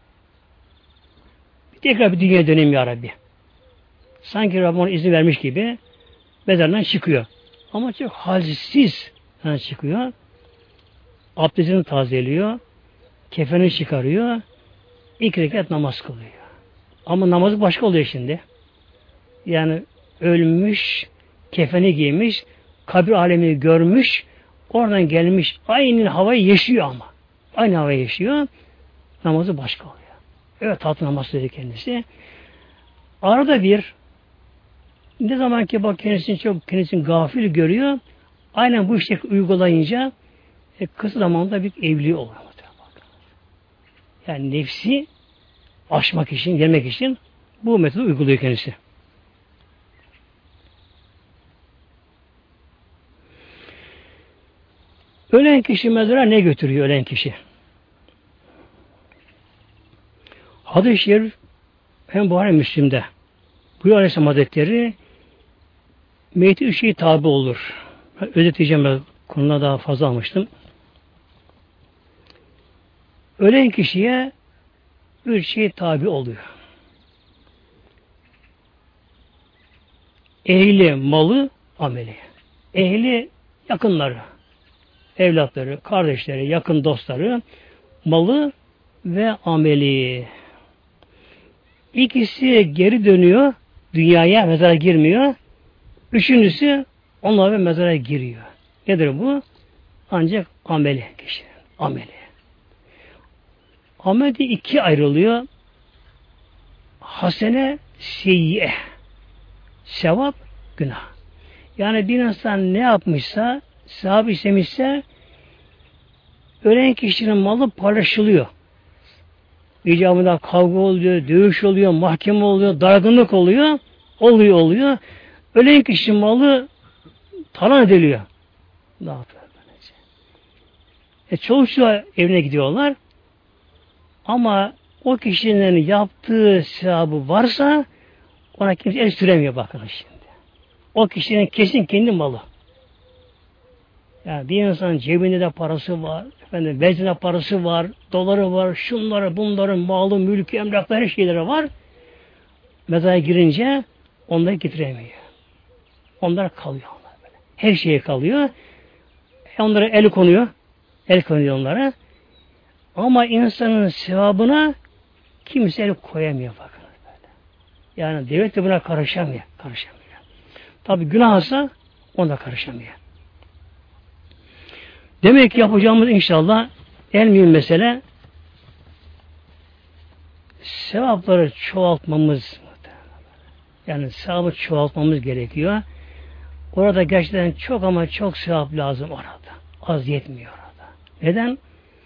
Tekrar bir dünyaya döneyim Ya Rabbi. Sanki Rabbim ona izin vermiş gibi mezardan çıkıyor. Ama çok halsiz çıkıyor. Abdestini tazeliyor. Kefeni çıkarıyor. 2 rekat namaz kılıyor. Ama namazı başka oluyor şimdi. Yani ölmüş, kefeni giymiş, kabir alemini görmüş, oradan gelmiş, aynı havayı yaşıyor ama. Aynı havayı yaşıyor. Namazı başka oluyor. Evet tatlı namaz söylüyor kendisi. Arada bir ne zaman ki bak kendisini gafil görüyor, aynen bu işte uygulayınca kısa zamanda bir evliliği oluyor. Yani nefsi aşmak için, gelmek için bu metodu uyguluyor kendisi. Ölen kişi mezara ne götürüyor ölen kişi? Hadis-i şerif hem Buhari Müslim'de bu Aleyhisselam Hazretleri meyti üç şey tabi olur. Ben özetleyeceğim, ben konuda daha fazla almıştım. Ölen kişiye üç şey tabi oluyor. Ehli, malı, ameli. Ehli yakınları, evlatları, kardeşleri, yakın dostları, malı ve ameli. İkisi geri dönüyor, dünyaya, mezara girmiyor. Üçüncüsü onlar ve mezara giriyor. Nedir bu? Ancak ameli kişinin. Ameli. Ameli ikiye ayrılıyor. Hasene, seyyiye. Sevap, günah. Yani bir insan ne yapmışsa, sevap istemişse, ölen kişinin malı paylaşılıyor. İcabında kavga oluyor, dövüş oluyor, mahkeme oluyor, dargınlık oluyor, oluyor. Ölen kişinin malı talan ediliyor. Ne yapıyor böylece? Çoğu evine gidiyorlar. Ama o kişinin yaptığı sevabı varsa ona kimse el süremiyor bakın şimdi. O kişinin kesin kendi malı. Yani bir insanın cebinde de parası var, vezine parası var, doları var, şunları, bunların malı, mülkü, emlakları, her şeyleri var. Mezara girince onları getiremiyor. Onlar kalıyor. Böyle. Her şeye kalıyor. Onlara el konuyor. El konuyor onlara. Ama insanın sevabına kimse el koyamıyor bakın. Böyle. Yani devlet de buna karışamıyor. Tabi günahsa ona karışamıyor. Demek ki yapacağımız inşallah en mühim mesele sevapları çoğaltmamız. Yani sevabı çoğaltmamız gerekiyor. Orada gerçekten çok ama çok sevap lazım orada. Az yetmiyor orada. Neden?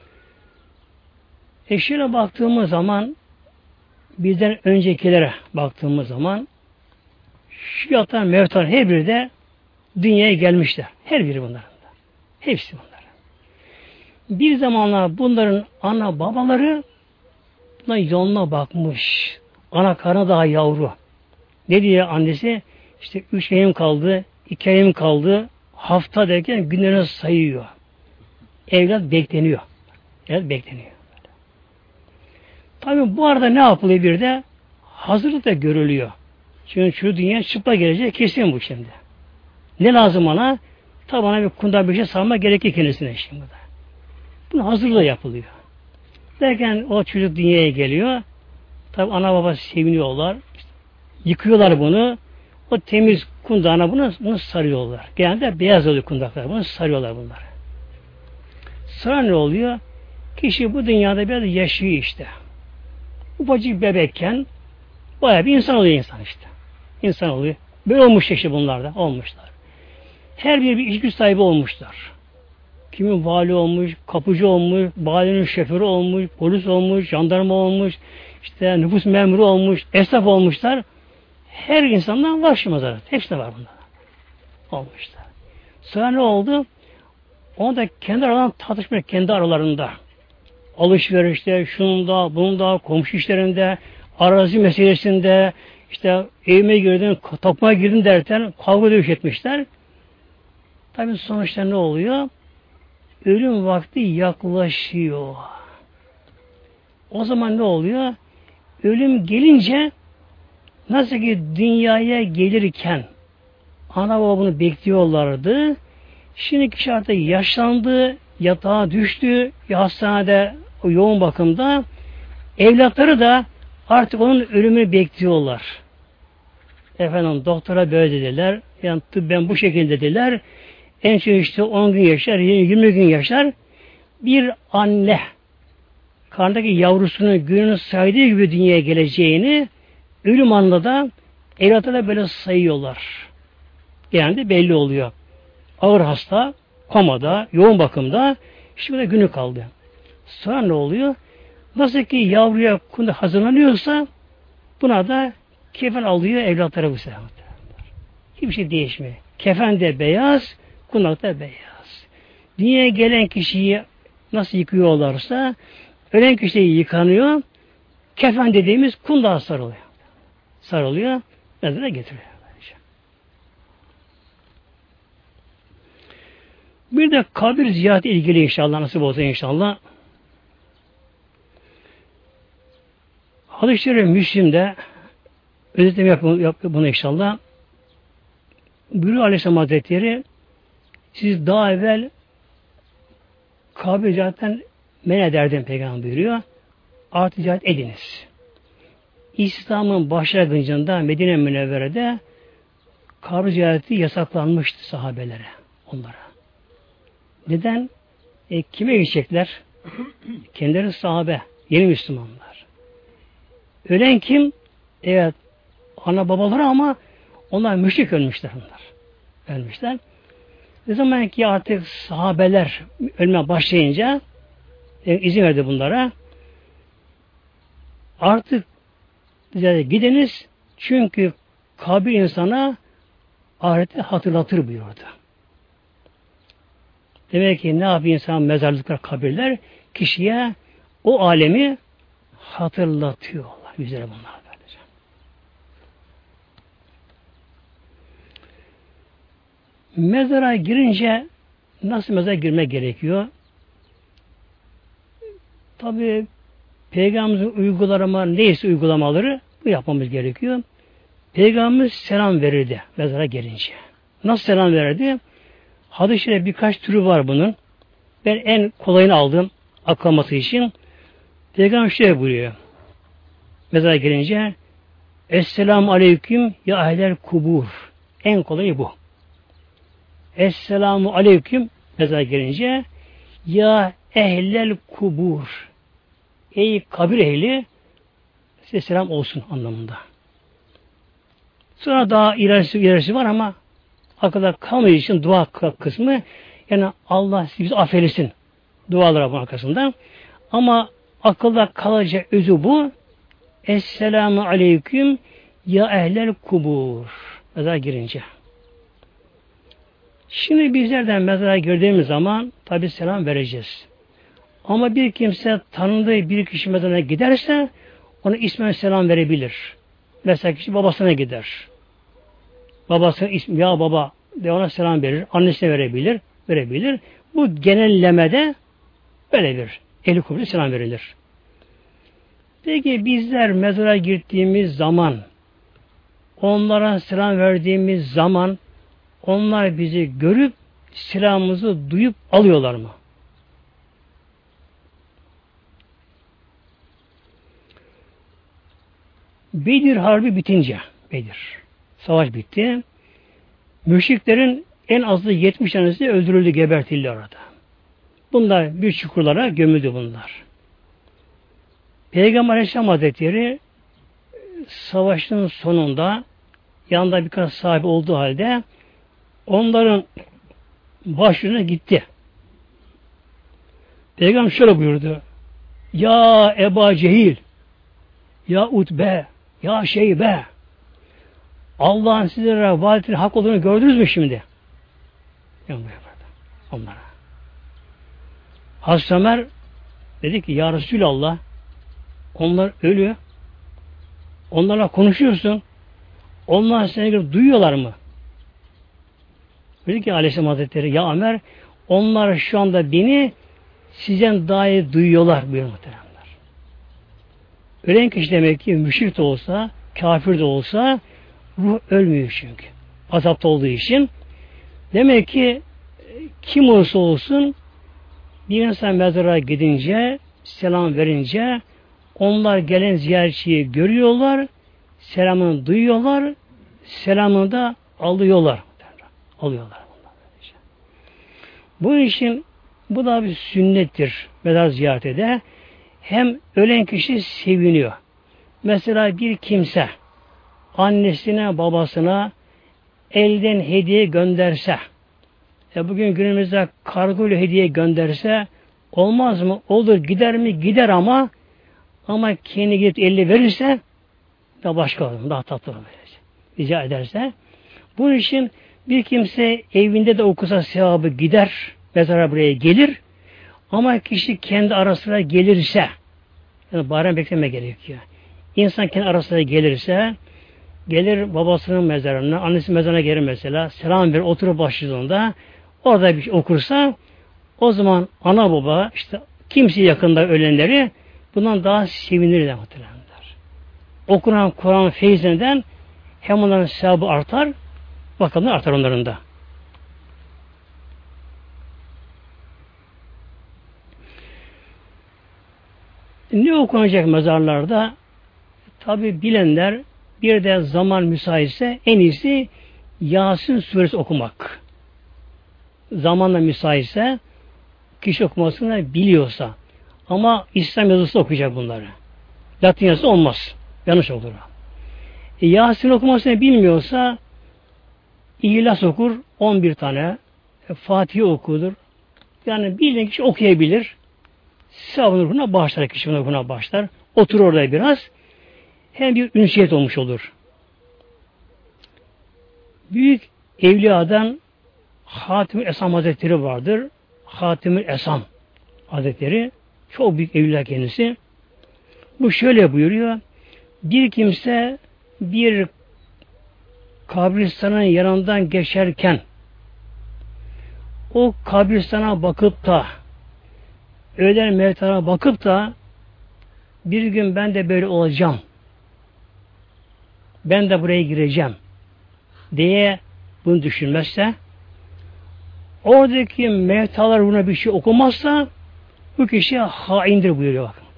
Şöyle baktığımız zaman bizden öncekilere baktığımız zaman şu yatan mevtan her biri de dünyaya gelmişler. Her biri bunların da. Hepsi bunların. Bir zamanlar bunların ana babaları buna yoluna bakmış. Ana karnı daha yavru. Ne diye annesi? İşte 3 ayım kaldı, 2 ayım kaldı. Hafta derken günlerini sayıyor. Evlat bekleniyor. Tabii bu arada ne yapılıyor bir de? Hazırlık da görülüyor. Çünkü şu dünya çıplak gelecek kesin bu şimdi. Ne lazım ona? Tabi ona bir kunda bir şey sarmak gerekir kendisine şimdi. Bunun hazırlığı yapılıyor. Derken o çocuk dünyaya geliyor. Tabi ana baba seviniyorlar. Yıkıyorlar bunu. O temiz kundağına bunu sarıyorlar. Genelde beyaz oluyor kundaklar. Bunu sarıyorlar bunları. Sonra ne oluyor? Kişi bu dünyada biraz yaşıyor işte. Ufacık bebekken bayağı bir insan oluyor işte. İnsan oluyor. Böyle olmuş işte bunlar da. Olmuşlar. Her biri bir iş güç sahibi olmuşlar. Kimi vali olmuş, kapıcı olmuş, valinin şoförü olmuş, polis olmuş, jandarma olmuş, işte nüfus memuru olmuş, esnaf olmuşlar. Her insandan var şu mezarı. Hepsinde var bunlar. Olmuşlar. Sonra ne oldu? Onu da kendi aralarında tartışmıyor, kendi aralarında. Alışverişte, şunda, bunda, komşu işlerinde, arazi meselesinde, işte evime girdin, tapınağa girdin derken kavga dövüş etmişler. Tabii sonuçta ne oluyor? Ölüm vakti yaklaşıyor. O zaman ne oluyor? Ölüm gelince nasıl ki dünyaya gelirken ana baba bunu bekliyorlardı. Şimdi kişi artık yaşlandı, yatağa düştü, hastanede yoğun bakımda. Evlatları da artık onun ölümünü bekliyorlar. Efendim doktora böyle dediler. Yani tıbben bu şekilde dediler. En çok işte 10 gün yaşar, 20 gün yaşar. Bir anne karnındaki yavrusunun gününü saydığı gibi dünyaya geleceğini ölüm anında da evlatlara böyle sayıyorlar. Genelde belli oluyor. Ağır hasta, komada, yoğun bakımda şimdi de günü kaldı. Sonra ne oluyor? Nasıl ki yavruya kunda hazırlanıyorsa buna da kefen alıyor evlatları bu sefer. Hiçbir şey değişmiyor. Kefen de beyaz, kundak da beyaz. Dünyaya gelen kişiyi nasıl yıkıyorlarsa ölen kişi yıkanıyor. Kefen dediğimiz kundağa sarılıyor. Sarılıyor. Mezara getiriyor. Bir de kabir ziyareti ilgili inşallah nasip olsa inşallah. Hadis-i Şerif Müslim'de özetleme yapıyor bunu inşallah. Buyuruyor Aleyhisselam Hazretleri siz daha evvel kabir ziyaretinden men ederdim Peygamber buyuruyor. Artık ziyaret ediniz. İslam'ın başlangıcında Medine Münevvere'de kabir ziyareti yasaklanmıştı sahabelere, onlara. Neden? Kime gidecekler? Kendileri sahabe, yeni Müslümanlar. Ölen kim? Evet, ana babaları ama onlar müşrik ölmüşler onlar. Ölmüşler. Ne zaman ki artık sahabeler ölmeye başlayınca izin verdi bunlara. Artık gidiniz çünkü kabir insana ahireti hatırlatır buyurdu. Demek ki ne yapıyor insan mezarlıklar, kabirler kişiye o alemi hatırlatıyorlar. Güzel bunlar böylece. Mezara girince nasıl mezara girmek gerekiyor? Tabi Peygamberimizin uygulama neyse uygulamaları bu yapmamız gerekiyor. Peygamberimiz selam verirdi mezara girince. Nasıl selam verirdi? Hadis-i birkaç türü var bunun. Ben en kolayını aldım aklaması için. Peygamber şöyle buyuruyor. Mezara girince Esselamu Aleyküm ya ehlel kubur. En kolayı bu. Esselamu Aleyküm mezara girince ya ehlel kubur. Ey kabir ehli size selam olsun anlamında. Sonra daha ilerisi var ama akılda kalmadığı için dua kısmı yani Allah bizi affeylesin dualara bu arkasında. Ama akılda kalacak özü bu. Esselamu aleyküm ya ehlel kubur. Mezara girince. Şimdi bizlerden mezara girdiğimiz zaman tabi selam vereceğiz. Ama bir kimse tanıdığı bir kişi mezarına giderse ona ismen selam verebilir. Mesela kişi babasına gider. Babasının ismi ya baba de ona selam verir. Annesine verebilir. Bu genellemede böyle bir ehli kubur selam verilir. Peki bizler mezara gittiğimiz zaman onlara selam verdiğimiz zaman onlar bizi görüp selamımızı duyup alıyorlar mı? Bedir Harbi bitince savaş bitti. Müşriklerin en azı 70 tanesi öldürüldü, gebertildi orada. Bunlar bir çukurlara gömüldü bunlar. Peygamber Aleyhisselam Hazretleri savaşın sonunda yanında birkaç sahibi olduğu halde onların başına gitti. Peygamber şöyle buyurdu. Ya Eba Cehil, ya Utbe, ya Şeybe, Allah'ın sizlere vaadinin hak olduğunu gördünüz mü şimdi? Onlara. Hazreti Ömer dedi ki ya Resulallah onlar ölü. Onlarla konuşuyorsun. Onlar seni görüp duyuyorlar mı? Dedi ki Aleyhisselam Hazretleri ya Ömer onlar şu anda beni sizden daha iyi duyuyorlar buyuruyor muhteremler. Ölen kişi demek ki müşrik de olsa, kafir de olsa ruh ölmüyor çünkü. Azapta olduğu için. Demek ki kim olursa olsun bir insan mezara gidince, selam verince onlar gelen ziyaretçiyi görüyorlar, selamını duyuyorlar, selamını da alıyorlar. Alıyorlar. Bu için bu da bir sünnettir mezar ziyareti de. Hem ölen kişi seviniyor. Mesela bir kimse annesine, babasına elden hediye gönderse, bugün günümüzde kargo ile hediye gönderse olmaz mı? Olur, gider mi? Gider ama Ama kendi gidip 50 verirse daha başka olur. Daha tatlı olur. Rica ederse. Bunun için bir kimse evinde de okusa sevabı gider. Mezara buraya gelir. Ama kişi kendi arasına gelirse, yani bayram bekleme gerekiyor. İnsan kendi arasına gelirse, gelir babasının mezarına, annesinin mezarına gelir mesela, selam verir, oturup başladığında, orada bir şey okursa, o zaman ana baba, işte kimse yakında ölenleri, bundan daha sevinirler muhtemelenler. Okunan Kur'an feyzinden hem onların sevabı artar, bakalım artar onların da. Ne okunacak mezarlarda? Tabi bilenler bir de zaman müsaitse en iyisi Yasin suresi okumak. Zamanla müsaitse kişi okumasını biliyorsa. Ama İslam yazısı okuyacak bunları. Latin yazısı olmaz. Yanlış olur. Yasin okumasını bilmiyorsa İhlas okur 11 tane. Fatiha okudur. Yani bildiğin kişi okuyabilir. Sevabın ruhuna başlar. Kişinin ruhuna başlar. Otur orada biraz. Hem bir ünsiyet olmuş olur. Büyük evliyadan Hatim-ül Esam Hazretleri vardır. Hatim-ül Esam Hazretleri çok büyük evliya kendisi. Bu şöyle buyuruyor. Bir kimse bir kabristanın yanından geçerken o kabristana bakıp da ölen mevtana bakıp da bir gün ben de böyle olacağım. Ben de buraya gireceğim diye bunu düşünmezse, oradaki mevtalar buna bir şey okumazsa bu kişi haindir buyuruyor bakın.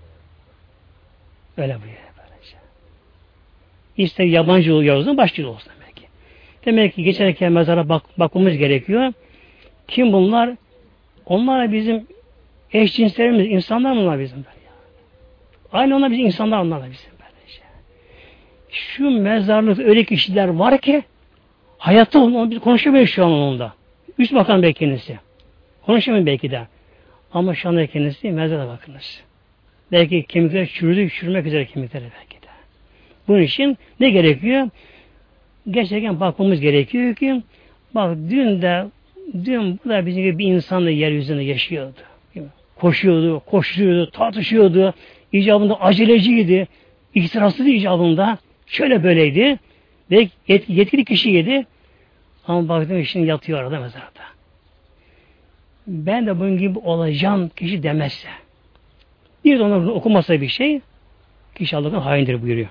Öyle buyuruyor. Böylece. İster yabancı olsun, başka olsun demek ki. Demek ki geçerken mezara bakmamız gerekiyor. Kim bunlar? Onlar bizim eşcinslerimiz, insanlar mı bunlar bizim? Aynı onlar bizim insanlar, onlar da bizim. Şu mezarlıkta öyle kişiler var ki hayatta onu biz konuşamıyoruz şu an onunla. Üst bakan belki kendisi. Konuşamıyor belki de. Ama şu anda kendisi mezara bakınız. Belki kemikler çürümek üzere kemikleri belki de. Bunun için ne gerekiyor? Gerçekten bakmamız gerekiyor ki bak dün bu da bizim gibi bir insan da yeryüzünde yaşıyordu. Koşuyordu, koşturuyordu, tartışıyordu. İcabında aceleciydi. İhtiraslı icabında. Şöyle böyleydi. Ve yetkili kişiydi. Ama baktım şimdi yatıyor arada mezarda. Ben de bunun gibi olacağım kişi demezse. Bir de onu okumasa bir şey, kişi Allah'tan haindir buyuruyor.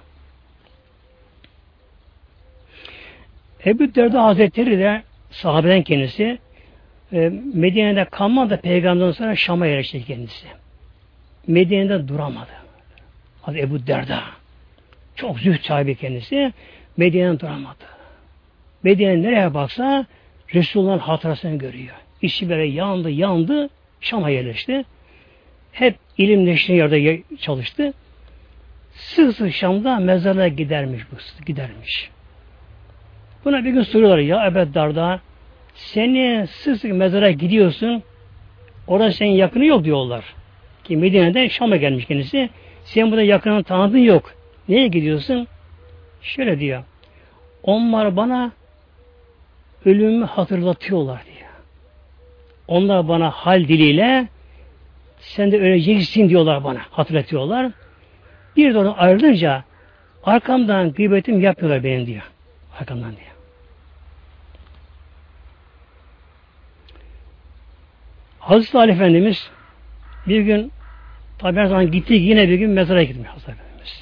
Ebu Derda Hazretleri de sahabeden kendisi Medine'de kalmadı, peygamberden sonra Şam'a yerleşti kendisi. Medine'de duramadı. Hazreti Ebu Derda. Çok zühd sahibi kendisi. Medine'den duramadı. Medine nereye baksa Resulullah'ın hatırasını görüyor. İşi böyle yandı, Şam'a yerleşti. Hep ilim neşri yerde çalıştı. Sık Şam'da mezarlığa gidermiş. Buna bir gün soruyorlar, ya Ebu Derda, seni sık mezara gidiyorsun, orada senin yakını yok diyorlar. Ki Medine'den Şam'a gelmiş kendisi. Senin burada yakının tanıdığın yok. Neye gidiyorsun? Şöyle diyor. Onlar bana ölümümü hatırlatıyorlar diyor. Onlar bana hal diliyle sen de öleceksin diyorlar bana. Hatırlatıyorlar. Bir de onu ayrılınca arkamdan gıybetim yapıyorlar benim diyor. Arkamdan diyor. Hazreti Ali Efendimiz bir gün tabi her zaman gitti, yine bir gün mezara gitmiş Hazreti Efendimiz.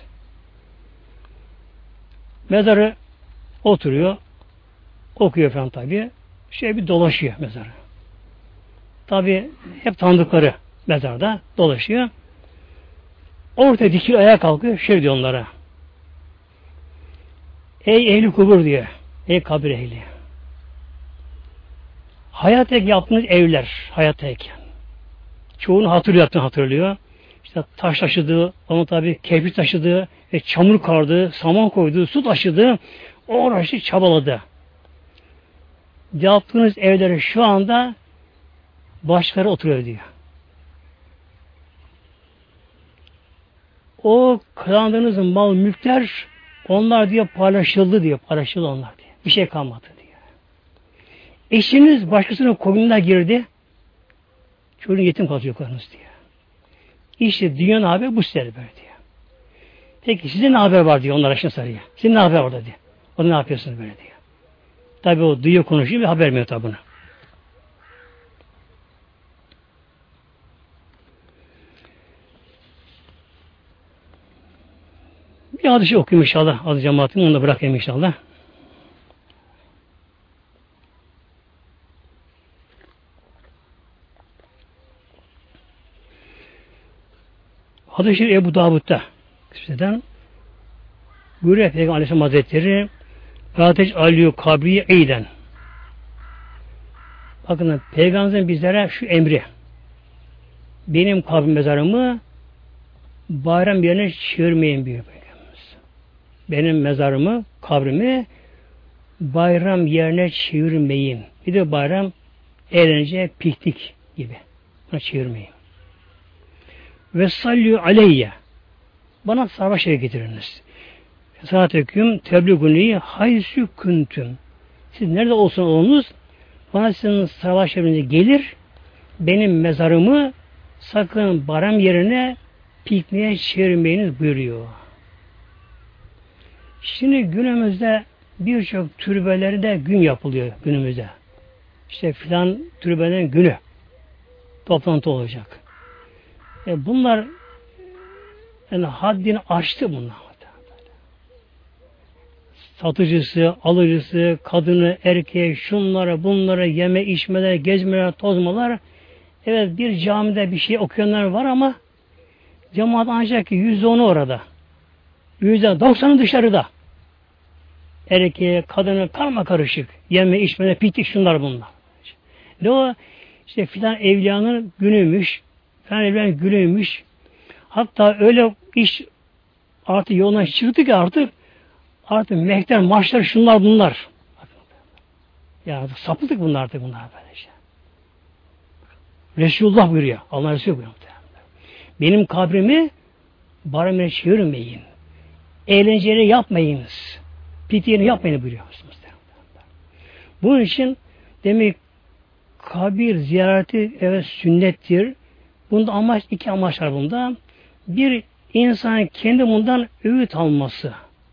Mezarı oturuyor, okuyor falan tabi. Bir dolaşıyor mezarı. Tabi hep tanıdıkları mezarda dolaşıyor. Ortaya dikil ayağa kalkıyor, diyor onlara. Ey ehli kubur diyor. Ey kabir ehli. Hayattayken yaptığınız evler, hayattayken. Çoğunu hatırlıyor. İşte taş taşıdığı, onu tabi kebrit taşıdığı, çamur kardığı, saman koyduğu, su taşıdığı, o uğraşı çabaladı. Yaptığınız evlere şu anda başkaları oturuyor diyor. o kazandığınız mal mülkler onlar diye paylaşıldı diyor. Paylaşıldı onlar diye. Bir şey kalmadı diyor. Eşiniz başkasının koynuna girdi. Çocuğun yetim kalacak çocuklarınız diyor. İşte dünyanın haberi bu size böyle diyor. Peki sizin ne haber var diyor onlar aşağı sarıya. Sizin ne haber orada diyor. O ne yapıyorsunuz böyle diyor. Tabi o duyuyor konuşuyor ve haber vermiyor tabi bunu. Bir hadisi okuyayım inşallah. Adı cemaatim onu da bırakayım inşallah. Hadis-i Şerif Ebu Davud'da kısmeden buyuruyor Peygamber Aleyhisselam Hazretleri Ateş alıyor kabriye eyden. Bakın Peygamberimizin bizlere şu emri. Benim kabrim mezarımı bayram yerine çevirmeyin diyor Peygamberimiz. Benim mezarımı, kabrimi bayram yerine çevirmeyin. Bir de bayram eğlence, piknik gibi. Buna çevirmeyin. Ve sallü aleyye. Bana sarma şey getiriniz. Salatüküm tebliğuni haysu kuntum. Siz nerede olsun olunuz bana sizin sarma şehrinize gelir benim mezarımı sakın bayram yerine pikniğe çevirmeyiniz buyuruyor. Şimdi günümüzde birçok türbelerde gün yapılıyor günümüzde. İşte filan türbelerin günü toplantı olacak. Bunlar yani haddini aştı bunlar. Satıcısı, alıcısı, kadını, erkeği, şunlara, bunlara, yeme, içmeler, gezmeler, tozmalar. Evet bir camide bir şey okuyanlar var ama cemaat ancak %10'u orada. %90'ı dışarıda. Erkeğe, kadını karma karışık. Yeme, içmeler, piknik şunlar bunlar. Ne o? İşte filan evliyanın günüymüş. Filan evliyanın günüymüş. Hatta öyle iş artık yoluna çıktı ki artık mehter, maçlar, şunlar bunlar. Ya sapıldık bunlar artık bunlar böylece. Resulullah buyuruyor. Allah Resulü buyuruyor. Benim kabrimi baramine çevirmeyin. Eğlenceleri yapmayınız. Pitiyeni yapmayın buyuruyor. Bunun için demek kabir ziyareti evet sünnettir. Bunda amaç iki amaç var bunda. Bir insan kendi bundan öğüt alması.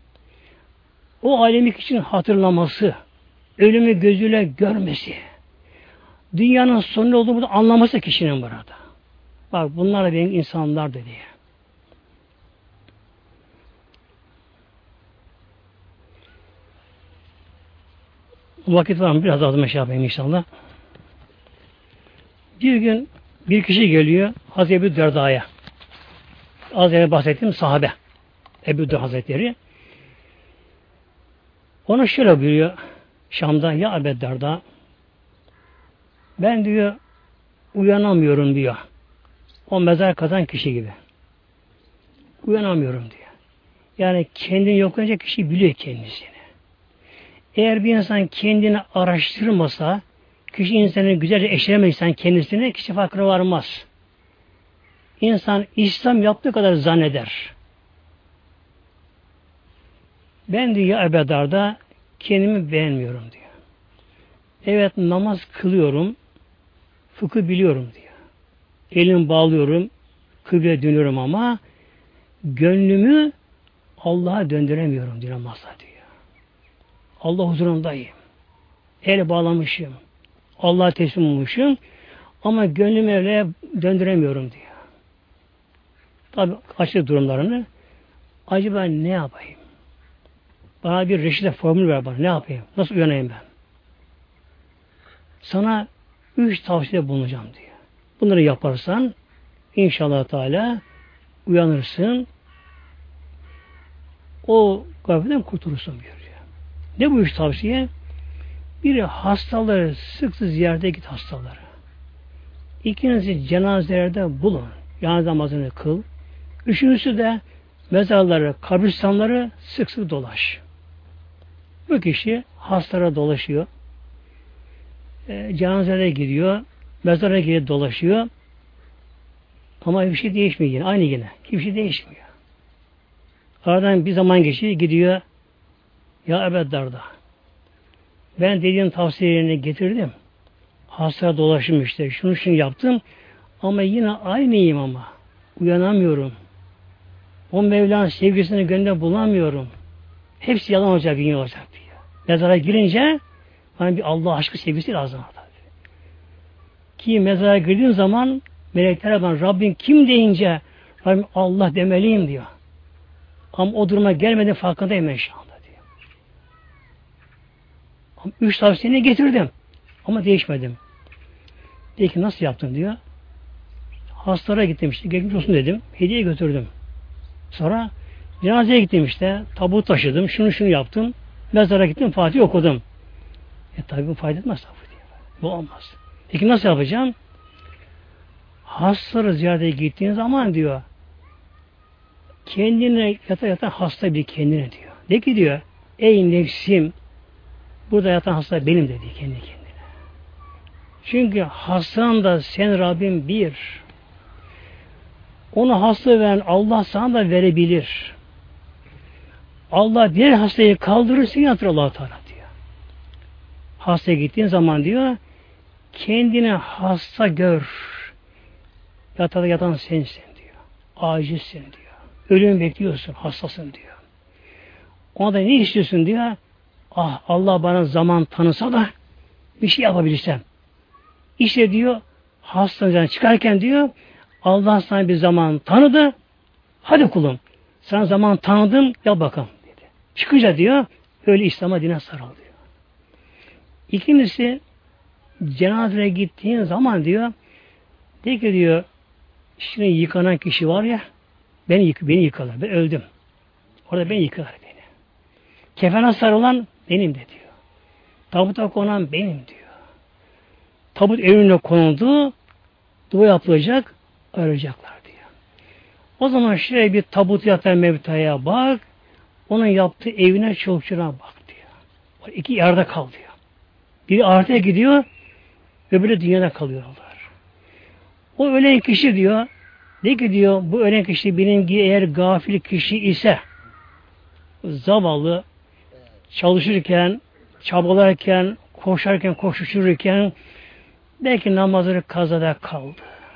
O alemi için hatırlaması, ölümü gözüyle görmesi, dünyanın sonu olduğunu anlaması kişinin burada. Bak bunlar da benim insanlar dedi. Vakit var mı? Biraz azıma şey yapayım inşallah. Bir gün bir kişi geliyor Hazreti Ebu Derda'ya. Az önce bahsettiğim sahabe. Ebu Derda Hazretleri. Ona şöyle buyuruyor Şam'da ya Ebu Derda ben diyor uyanamıyorum diyor. O mezar kazan kişi gibi. Uyanamıyorum diyor. Yani kendini yoklayacak kişi biliyor kendisini. Eğer bir insan kendini araştırmasa, kişi insanı güzelce eşlemezsen kendisine kişi farkına varmaz. İnsan İslam yaptığı kadar zanneder. Ben diyor ya Ebu Derda kendimi beğenmiyorum diyor. Evet namaz kılıyorum, fıkıh biliyorum diyor. Elimi bağlıyorum, kıbleye dönüyorum ama gönlümü Allah'a döndüremiyorum diyor namazda diyor. Allah huzurundayım. El bağlamışım. Allah'a teslim olmuşum ama gönlümü öyle döndüremiyorum diyor. Tabi açık durumlarını acaba ne yapayım? Bana bir reçete formül ver bana. Ne yapayım? Nasıl uyanayım ben? Sana 3 tavsiye bulunacağım diyor. Bunları yaparsan inşallah Teala uyanırsın. O gafletten kurtulursun diyor. Ne bu 3 tavsiye? Biri hastaları sık sık ziyarete git hastaları. İkincisi cenazelerde bulun. Cenaze namazını kıl. Üçüncüsü de mezarları, kabristanları sık sık dolaş. Bu kişi hastalara dolaşıyor. Cenazelere gidiyor. Mezara girip dolaşıyor. Ama bir şey değişmiyor yine. Aynı yine. Hiçbir şey değişmiyor. Aradan bir zaman geçiyor, gidiyor. Ya Ebu Darda, ben dediğin tavsiyelerini getirdim. Hasta dolaşım işte. Şunu yaptım. Ama yine aynıyım ama. Uyanamıyorum. O Mevla'nın sevgisini gönlümde bulamıyorum. Hepsi yalan olacak, dünya olacak diyor. Mezara girince hani bir Allah aşkı sevgisi lazım. Ki mezara girdiğin zaman melekler bana Rabbin kim deyince Rabbim Allah demeliyim diyor. Ama o duruma gelmeden farkındayım ben şu anda diyor. Ama 3 tavsiyeni getirdim. Ama değişmedim. Peki nasıl yaptın diyor. Hastalara gittim işte. Geçmiş olsun dedim. Hediye götürdüm. Sonra cenazeye gittim işte. Tabut taşıdım. Şunu yaptım. Mezara gittim. Fatih okudum. Tabi bu fayda etmez tabi diyor. Bu olmaz. Peki nasıl yapacağım? Hastaları ziyarete gittiğin zaman diyor kendine yatan hasta bir kendine diyor. De ki diyor ey nefsim burada yatan hasta benim dedi kendi kendine. Çünkü hastanın da sen Rabbim bir. Onu hasta veren Allah sana da verebilir. Allah diğer hastayı kaldırırsın yatır Allah-u Teala diyor. Hastaya gittiğin zaman diyor kendine hasta gör. Yatada yatan sensin diyor. Acizsin diyor. Ölüm bekliyorsun, hastasın diyor. Ona da ne istiyorsun diyor. Ah Allah bana zaman tanısa da bir şey yapabilsem. İşte diyor hastalıktan çıkarken diyor Allah sana bir zaman tanıdı. Hadi kulum. Sana zaman tanıdım. Yap bakalım dedi. Çıkınca diyor öyle İslam'a dine sarıl diyor. İkincisi cenazeye gittiğin zaman diyor de ki diyor şimdi yıkanan kişi var ya beni yıkarlar. Ben öldüm. Orada beni yıkarlar beni. Kefene sarılan benim de diyor. Tabuta konan benim diyor. Tabut evine konuldu. Dua yapılacak. Arayacaklar diyor. O zaman şöyle bir tabut yatan mevtaya bak. Onun yaptığı evine çolukçuna bak diyor. İki yerde kal diyor. Biri ahirete gidiyor. Öbürü dünyada kalıyorlar. O ölen kişi diyor. Ne ki diyor bu ölen kişi benim gibi eğer gafil kişi ise zavallı çalışırken, çabalarken, koşarken, koşuştururken belki namazını kazada kaldı.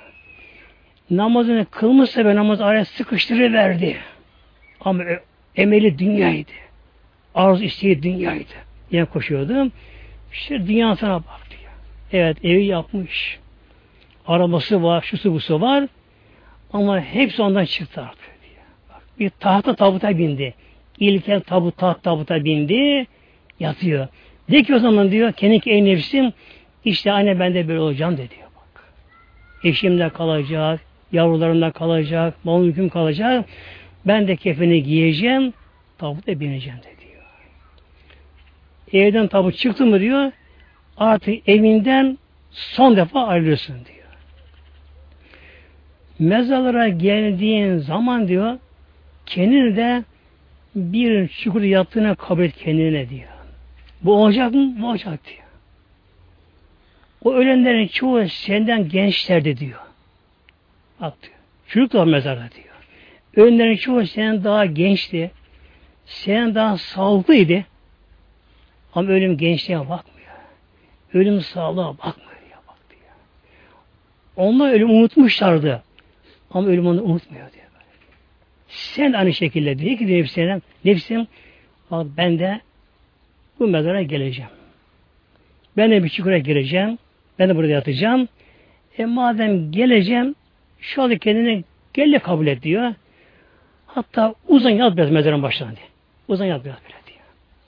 Namazını kılmışsa ve namazı araya sıkıştırıverdi. Ama emeli dünyaydı. Arzu isteği dünyaydı. Yine koşuyordu. İşte dünyasına bak diyor. Evet evi yapmış. Arabası var, şusu busu var. Ama hepsi ondan çıktı artık diyor. Bak, bir tabuta bindi. İlkel tabuta bindi. Yatıyor. De ki o zaman diyor kendi ey nefsim işte anne ben de böyle olacağım de diyor bak. Eşimde kalacak, yavrularımda kalacak, malım mülküm kalacak. Ben de kefeni giyeceğim, tabuta bineceğim de diyor. Evden tabut çıktı mı diyor, artık evinden son defa ayrılırsın diyor. Mezarlara geldiğin zaman diyor, kendini de bir çukur yattığına kabul et kendine diyor. Bu olacak mı? Bu olacak diyor. O ölenlerin çoğu senden gençlerdi diyor. Bak diyor. Çocuk da mezarda diyor. Ölenlerin çoğu senden daha gençti. Senden daha sağlıklıydı. Ama ölüm gençliğe bakmıyor. Ölüm sağlığa bakmıyor diyor. Bak diyor. Onlar ölüm unutmuşlardı. Ama ölüm onu unutmuyor diyor. Sen aynı şekilde diyor ki nefsim bak ben de bu mezara geleceğim. Ben de bir çukura gireceğim. Ben de burada yatacağım. Madem geleceğim şu anda kendini gelle kabul et diyor. Hatta uzan yat biraz mezarın başına diyor. Uzan yat biraz böyle diyor.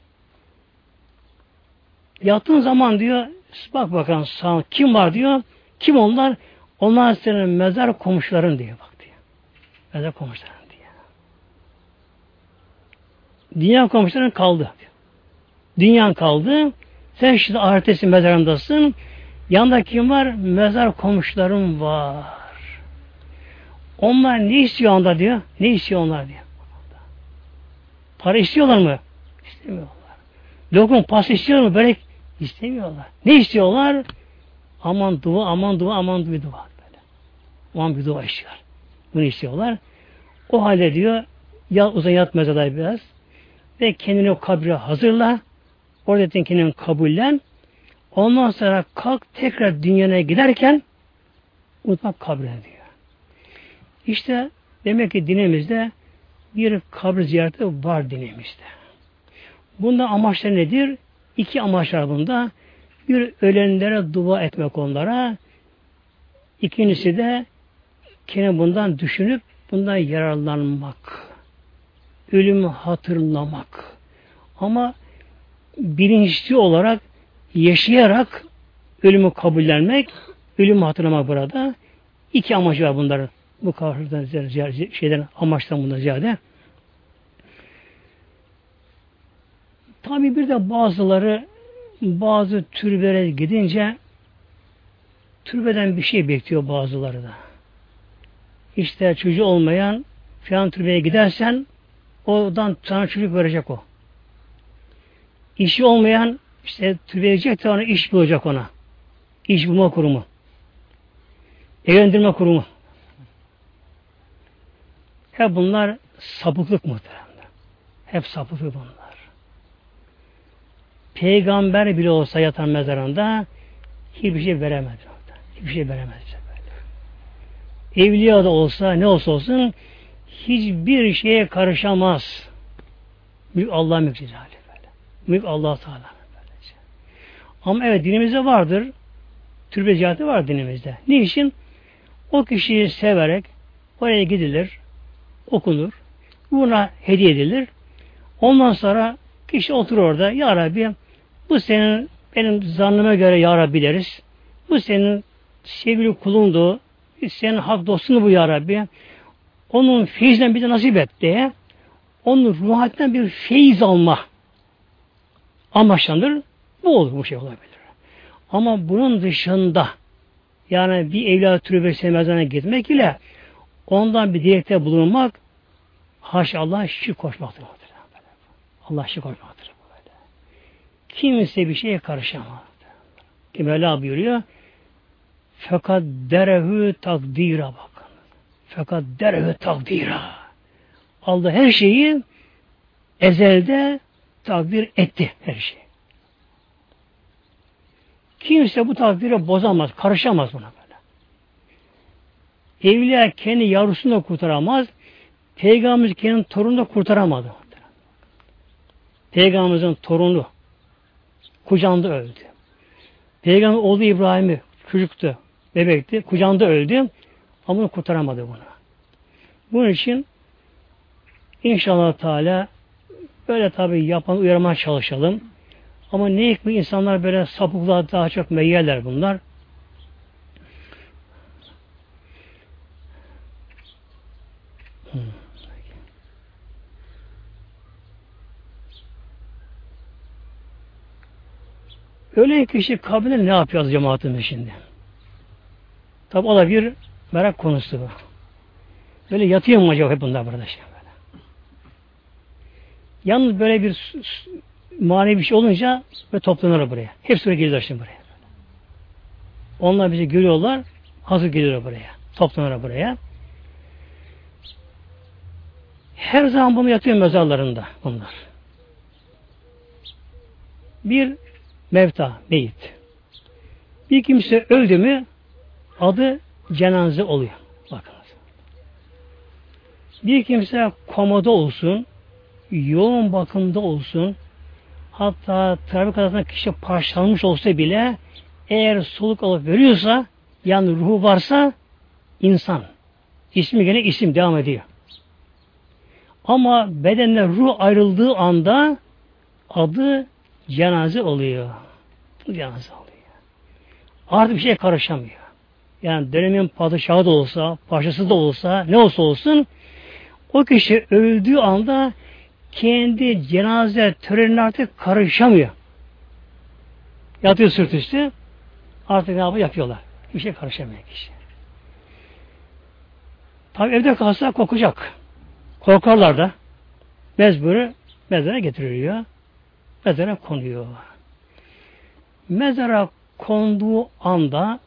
Yattığın zaman diyor bak bakalım sağ kim var diyor. Kim onlar? Onlar senin mezar komşuların diyor bak diyor. Mezar komşuların diyor. Dünya komşuların kaldı. Dünyan kaldı. Sen şimdi ahiretesin mezarındasın. Yanında kim var? Mezar komşularım var. Onlar ne istiyor onda diyor? Ne istiyor onlar diyor. Para istiyorlar mı? İstemiyorlar. Lokum pas istiyor mu? Börek istemiyorlar. Ne istiyorlar? Aman dua, aman dua, aman bir dua. Böyle. Aman bir dua istiyorlar. Bunu istiyorlar. O halde diyor uzan yat mezarda biraz ve kendini o kabre hazırla. Orada kendini kabullen. Ondan sonra kalk tekrar dünyaya giderken unutma kabre diyor. İşte demek ki dinimizde bir kabir ziyareti var dinimizde. Bunda amaçları nedir? İki amaç var bunda. Bir, ölenlere dua etmek onlara. İkincisi de kendini bundan düşünüp bundan yararlanmak. Ölümü hatırlamak. Ama bilinçli olarak yaşayarak ölümü kabullenmek, ölümü hatırlamak burada. İki amacı var bunların. Bu karşıdan şeyden amaçtan bundan ziyade. Tabi bir de bazı türbelere gidince türbeden bir şey bekliyor bazıları da. İşte çocuğu olmayan filan türbeye gidersen oradan sana çocuk verecek o. İşi olmayan işte türbeye gidecek de ona iş bulacak ona. İş bulma kurumu. Evlendirme kurumu. Hep bunlar sapıklık muhtemelen. Hep sapıklık bunlar. Peygamber bile olsa yatan mezarında hiçbir şey veremez. Hiçbir şey veremez. Evliya da olsa ne olsa olsun hiçbir şeye karışamaz. Mülk Allah'ın mülk cezali böyle. Mülk Allah Teala. Ama evet dinimizde vardır. Türbe ziyareti var dinimizde. Ne için? O kişiyi severek oraya gidilir, okunur, buna hediye edilir. Ondan sonra kişi oturur orada. Ya Rabbi bu senin benim zannıma göre Ya Rabbi deriz. Bu senin sevgili kulundu. Senin hak dostunu bu Ya Rabbi. Onun feyizden bir de nasip et diye onun ruhatinden bir feyiz alma amaçlanır. Bu olur, bu şey olabilir. Ama bunun dışında yani bir evlat türbesine mezarına gitmek ile ondan bir dilekte bulunmak haşa Allah şirk koşmaktır. Allah şirk koşmaktır. Kimse bir şeye karışamaz. Ki Mevla buyuruyor fakat derehü takdira bakın. Fakat derehü takdira. Allah her şeyi ezelde takdir etti her şeyi. Kimse bu takdiri bozamaz, karışamaz buna böyle. Evliya kendi yavrusunu da kurtaramaz, Peygamberimiz kendi torununu da kurtaramadı. Peygamberimizin torunu kucağında öldü. Peygamber oğlu İbrahim'i çocuktu, bebekti, kucağında öldü ama onu kurtaramadı bunu. Bunun için inşallah Teala böyle tabi yapan uyarmaya çalışalım. Ama ne hikmet insanlar böyle sapıklığa daha çok meyyerler bunlar. Öyle kişi kabirde ne yapıyoruz cemaatimiz şimdi? Tabi o da bir merak konusu bu. Böyle yatıyor mu acaba hep bunlar burada şey böyle. Yalnız böyle bir manevi bir şey olunca ve toplanır buraya. Hepsi böyle geliyorlar şimdi buraya. Onlar bizi görüyorlar, hazır geliyorlar buraya. Toplanır buraya. Her zaman bunu yatıyor mezarlarında bunlar. Bir mevta, meyit. Bir kimse öldü mü adı cenaze oluyor. Bakınız. Bir kimse komada olsun, yoğun bakımda olsun, hatta trafik kazasında kişi parçalanmış olsa bile eğer soluk alıp veriyorsa yani ruhu varsa insan. İsmi gene isim devam ediyor. Ama bedenden ruh ayrıldığı anda adı cenaze oluyor. Cenaze oluyor. Artık bir şey karışamıyor. Yani dönemin padişahı da olsa, paşası da olsa, ne olsa olsun o kişi öldüğü anda kendi cenaze törenine artık karışamıyor. Yatıyor sırt üstü. Artık ne yapıyorlar? Bir şey karışamıyor kişi. Tabi evde kalsa kokacak. Korkarlar da. Mecburi mezara getiriliyor. Mezara konuyor. Mezara konduğu anda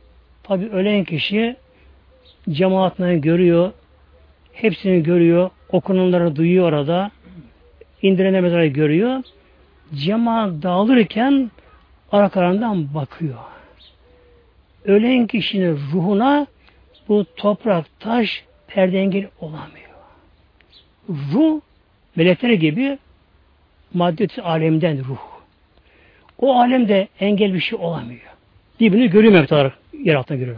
tabi ölen kişi cemaatini görüyor. Hepsini görüyor. Okunanları duyuyor orada. İndirene mezarı görüyor. Cemaat dağılırken arkalarından bakıyor. Ölen kişinin ruhuna bu toprak, taş perde engel olamıyor. Ruh, melekler gibi maddi alemden ruh. O alemde engel bir şey olamıyor. Birbirini görüyor mevtalar, yer altına görüyor.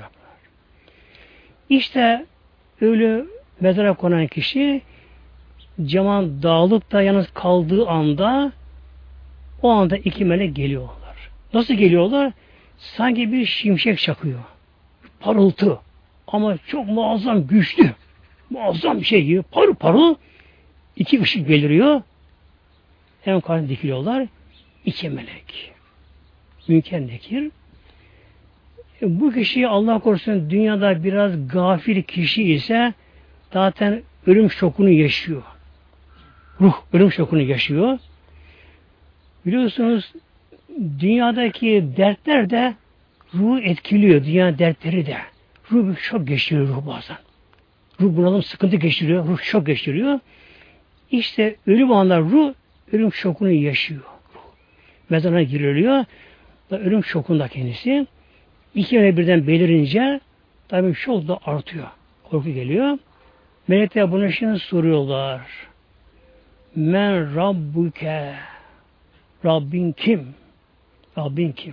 İşte ölü mezara konan kişi cemaat dağılıp da yalnız kaldığı anda o anda iki melek geliyorlar. Nasıl geliyorlar? Sanki bir şimşek çakıyor. Parıltı. Ama çok muazzam, güçlü. Muazzam bir şey gibi. Parıl parıl iki ışık beliriyor. Hemen karşısına dikiliyorlar. İki melek. Münker Nekir. Bu kişi Allah korusun dünyada biraz gafil kişi ise zaten ölüm şokunu yaşıyor. Ruh ölüm şokunu yaşıyor. Biliyorsunuz dünyadaki dertler de ruhu etkiliyor. Dünya dertleri de. Ruh bir şok geçiriyor ruh bazen. Ruh bunalım sıkıntı geçiriyor. Ruh şok geçiriyor. İşte ölüm anlar ruh ölüm şokunu yaşıyor. Mezarına giriliyor. Ölüm şokunda kendisi. İki yöne birden belirince tabii şok da artıyor. Korku geliyor. Melekler bunu şimdi soruyorlar. Men Rabbuke. Rabbin kim? Rabbin kim?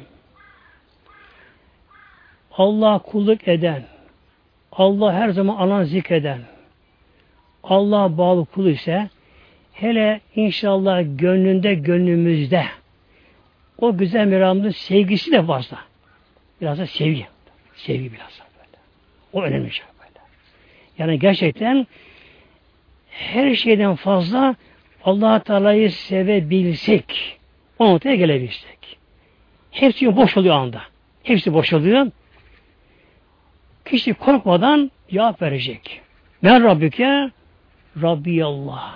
Allah kulluk eden, Allah her zaman anan zikreden, Allah'a bağlı kul ise hele inşallah gönlünde, gönlümüzde o güzel meramın sevgisi de varsa biraz da sevgi. Sevgi biraz da böyle. O önemli şey böyle. Yani gerçekten her şeyden fazla Allah Teala'yı sevebilsek, o noktaya gelebilsek. Hepsi boş oluyor anda. Hepsi boş oluyor. Kişi korkmadan cevap verecek. Men Rabbike Rabbiyallah.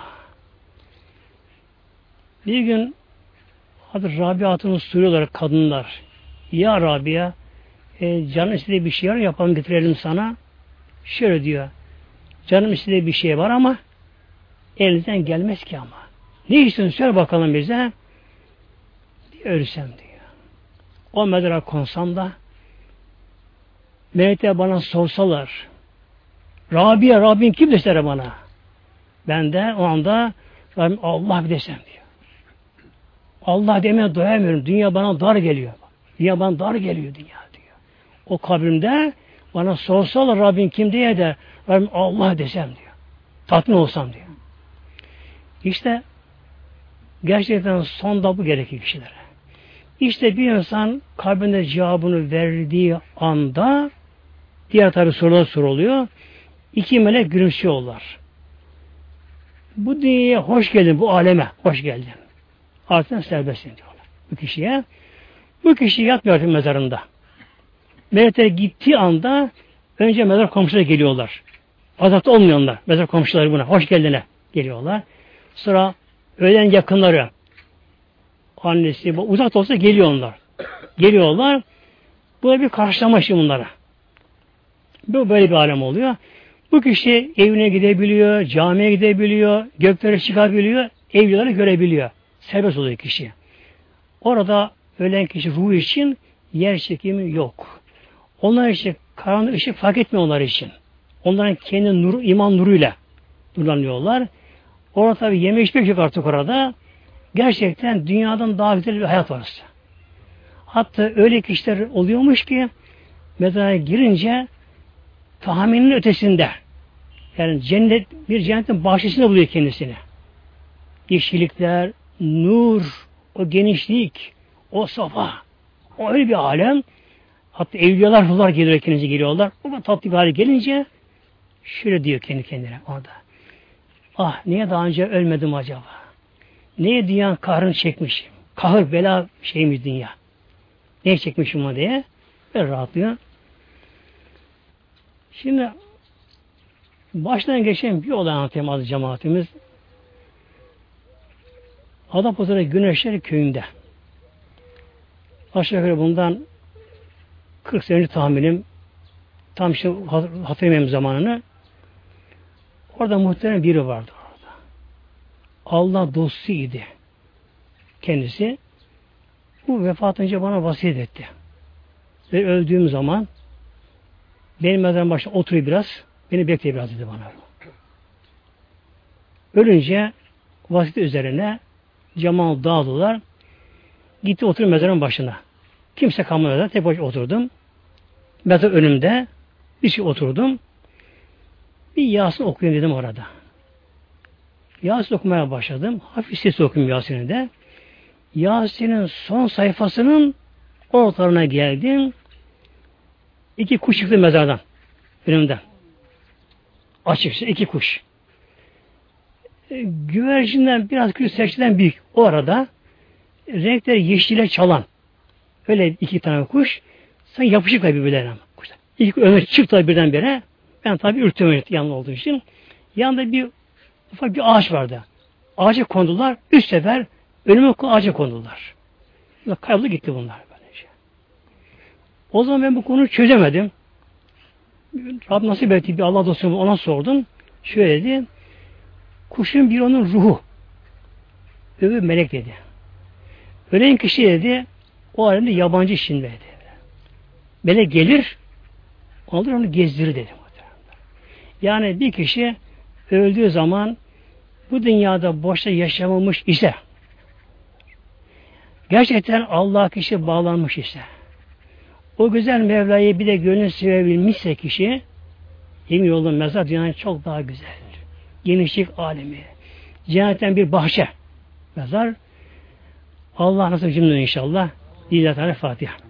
Bir gün adı Rabia Hatun'u soruyorlar kadınlar. Ya Rabia canım istediği bir şey var yapalım getirelim sana. Şöyle diyor. Canım istediği bir şey var ama elinizden gelmez ki ama. Ne istiyorsun söyle bakalım bize. Ölsem diyor. O mezara konsam da melekler bana sorsalar Rabia, Rabbin kim deseler bana. Ben de o anda Rabbim Allah bir desem diyor. Allah demeye doyamıyorum. Dünya bana dar geliyor. Dünya bana dar geliyor dünya diyor. O kabrimde bana sorsalar Rabbin kim diye de Rabbim Allah desem diyor. Tatmin olsam diyor. İşte gerçekten sonda bu gerekir kişilere. İşte bir insan kalbinde cevabını verdiği anda diğer tabi sorular soruluyor. İki melek gülümsüyorlar. Bu dünyaya hoş geldin, bu aleme hoş geldin. Artık serbestsin diyorlar bu kişiye. Bu kişi yatmıyor artık mezarında. Melekler gittiği anda önce mezar komşuları geliyorlar. Azapta olmayanlar. Mezar komşuları buna hoş geldine geliyorlar. Sonra ölen yakınları annesi, uzak olsa geliyor onlar. Geliyorlar. Bu bir karşılama işi bunlara. Bu böyle bir alem oluyor. Bu kişi evine gidebiliyor, camiye gidebiliyor, göklere çıkabiliyor, evlileri görebiliyor. Serbest oluyor kişi. Orada ölen kişi ruhu için yer çekimi yok. Onlar için karanlık ışık fark etmiyor onlar için. Onların kendi nur, iman nuruyla nurlanıyorlar. Orada tabi yeme içmek yok artık orada. Gerçekten dünyadan daha güzel bir hayat var. Hatta öyle kişiler oluyormuş ki mezara girince tahminin ötesinde yani bir cennetin bahçesinde buluyor kendisini. Yeşillikler, nur, o genişlik, o safa, o öyle bir alem. Hatta evliyalar, ruhlar geliyor kendisi geliyorlar. O da tatlı bir hale gelince şöyle diyor kendi kendine orada. Ah niye daha önce ölmedim acaba? Niye dünyanın kahrını çekmişim? Kahır, bela şeymiş dünya. Niye çekmişim o diye? Böyle rahatlıyor. Şimdi baştan geçen bir olay anlatayım az cemaatimiz. Adapazarı Güneşler köyünde. Aşağı yukarı bundan 40 sene önce tahminim. Tam işte hatırlamıyorum zamanını. Orada muhterem biri vardı orada. Allah dostuydu kendisi. Bu vefat önce bana vasiyet etti. Ve öldüğüm zaman benim mezarım başına oturuyor biraz, beni bekle biraz dedi bana. Ölünce vasiyet üzerine cemaat dağıldılar. Gitti oturuyor mezarın başına. Kimse kalmadı. Tek başına oturdum. Mezar önümde bir şey oturdum. Bir Yasin okuyayım dedim orada. Yasin okumaya başladım. Hafif ses okuyayım Yasin'i de. Yasin'in son sayfasının ortalarına geldim. 2 kuş çıktı mezardan. Önümden. Açıkça 2 kuş. Güvercinden biraz küçük, serçeden büyük. O arada renkleri yeşile çalan öyle 2 tane kuş sanki yapışıklar birbirlerine. Kuşlar. İlk öne çıktı birdenbire. Ben tabii ürktüm yanında olduğum için. Yanında bir ufak bir ağaç vardı. Ağaca kondular. 3 sefer önüme ağaca kondular. Kayboldu gitti bunlar. Böylece. O zaman ben bu konuyu çözemedim. Rab nasip etti bir Allah dostu ona sordum. Şöyle dedi. Kuşun bir onun ruhu. Öbür melek dedi. Ölen kişi dedi o alemde yabancı işindeydi. Melek gelir alır onu gezdirir dedi. Yani bir kişi öldüğü zaman bu dünyada boşta yaşamamış ise gerçekten Allah'a kişi bağlanmış ise o güzel Mevla'yı bir de gönül sevebilmişse kişi yemin yolun mezar dünyanın çok daha güzel. Genişlik alemi. Cennetten bir bahçe. Mezar. Allah nasip cümle inşallah. Lillahi Teala Fatiha.